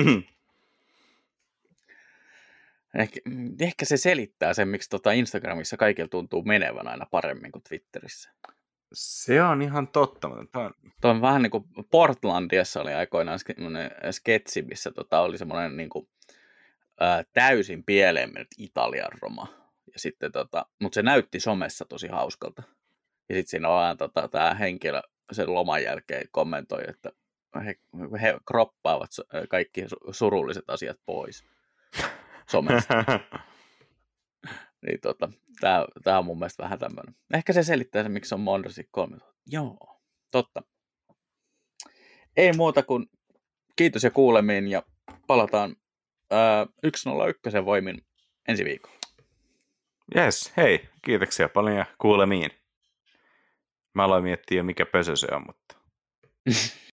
Ehkä se selittää sen, miksi Instagramissa kaikilla tuntuu menevän aina paremmin kuin Twitterissä. Se on ihan totta. Tuo on vähän niin kuin Portlandiassa oli aikoinaan sketsi, missä oli semmoinen niin kuin, täysin pieleen mennyt Italian roma. Ja sitten, mutta se näytti somessa tosi hauskalta. Ja sitten siinä vaan tämä henkilö sen loman jälkeen kommentoi, että he kroppaavat kaikki surulliset asiat pois somesta. Niin tämä on mun mielestä vähän tämmöinen. Ehkä se selittää sen, miksi on Mondostik 3000. Joo, totta. Ei muuta kuin kiitos ja kuulemiin ja palataan 101 voimin ensi viikolla. Jes, hei, kiitoksia paljon ja kuulemiin. Mä aloin miettiä, mikä pösö se on, mutta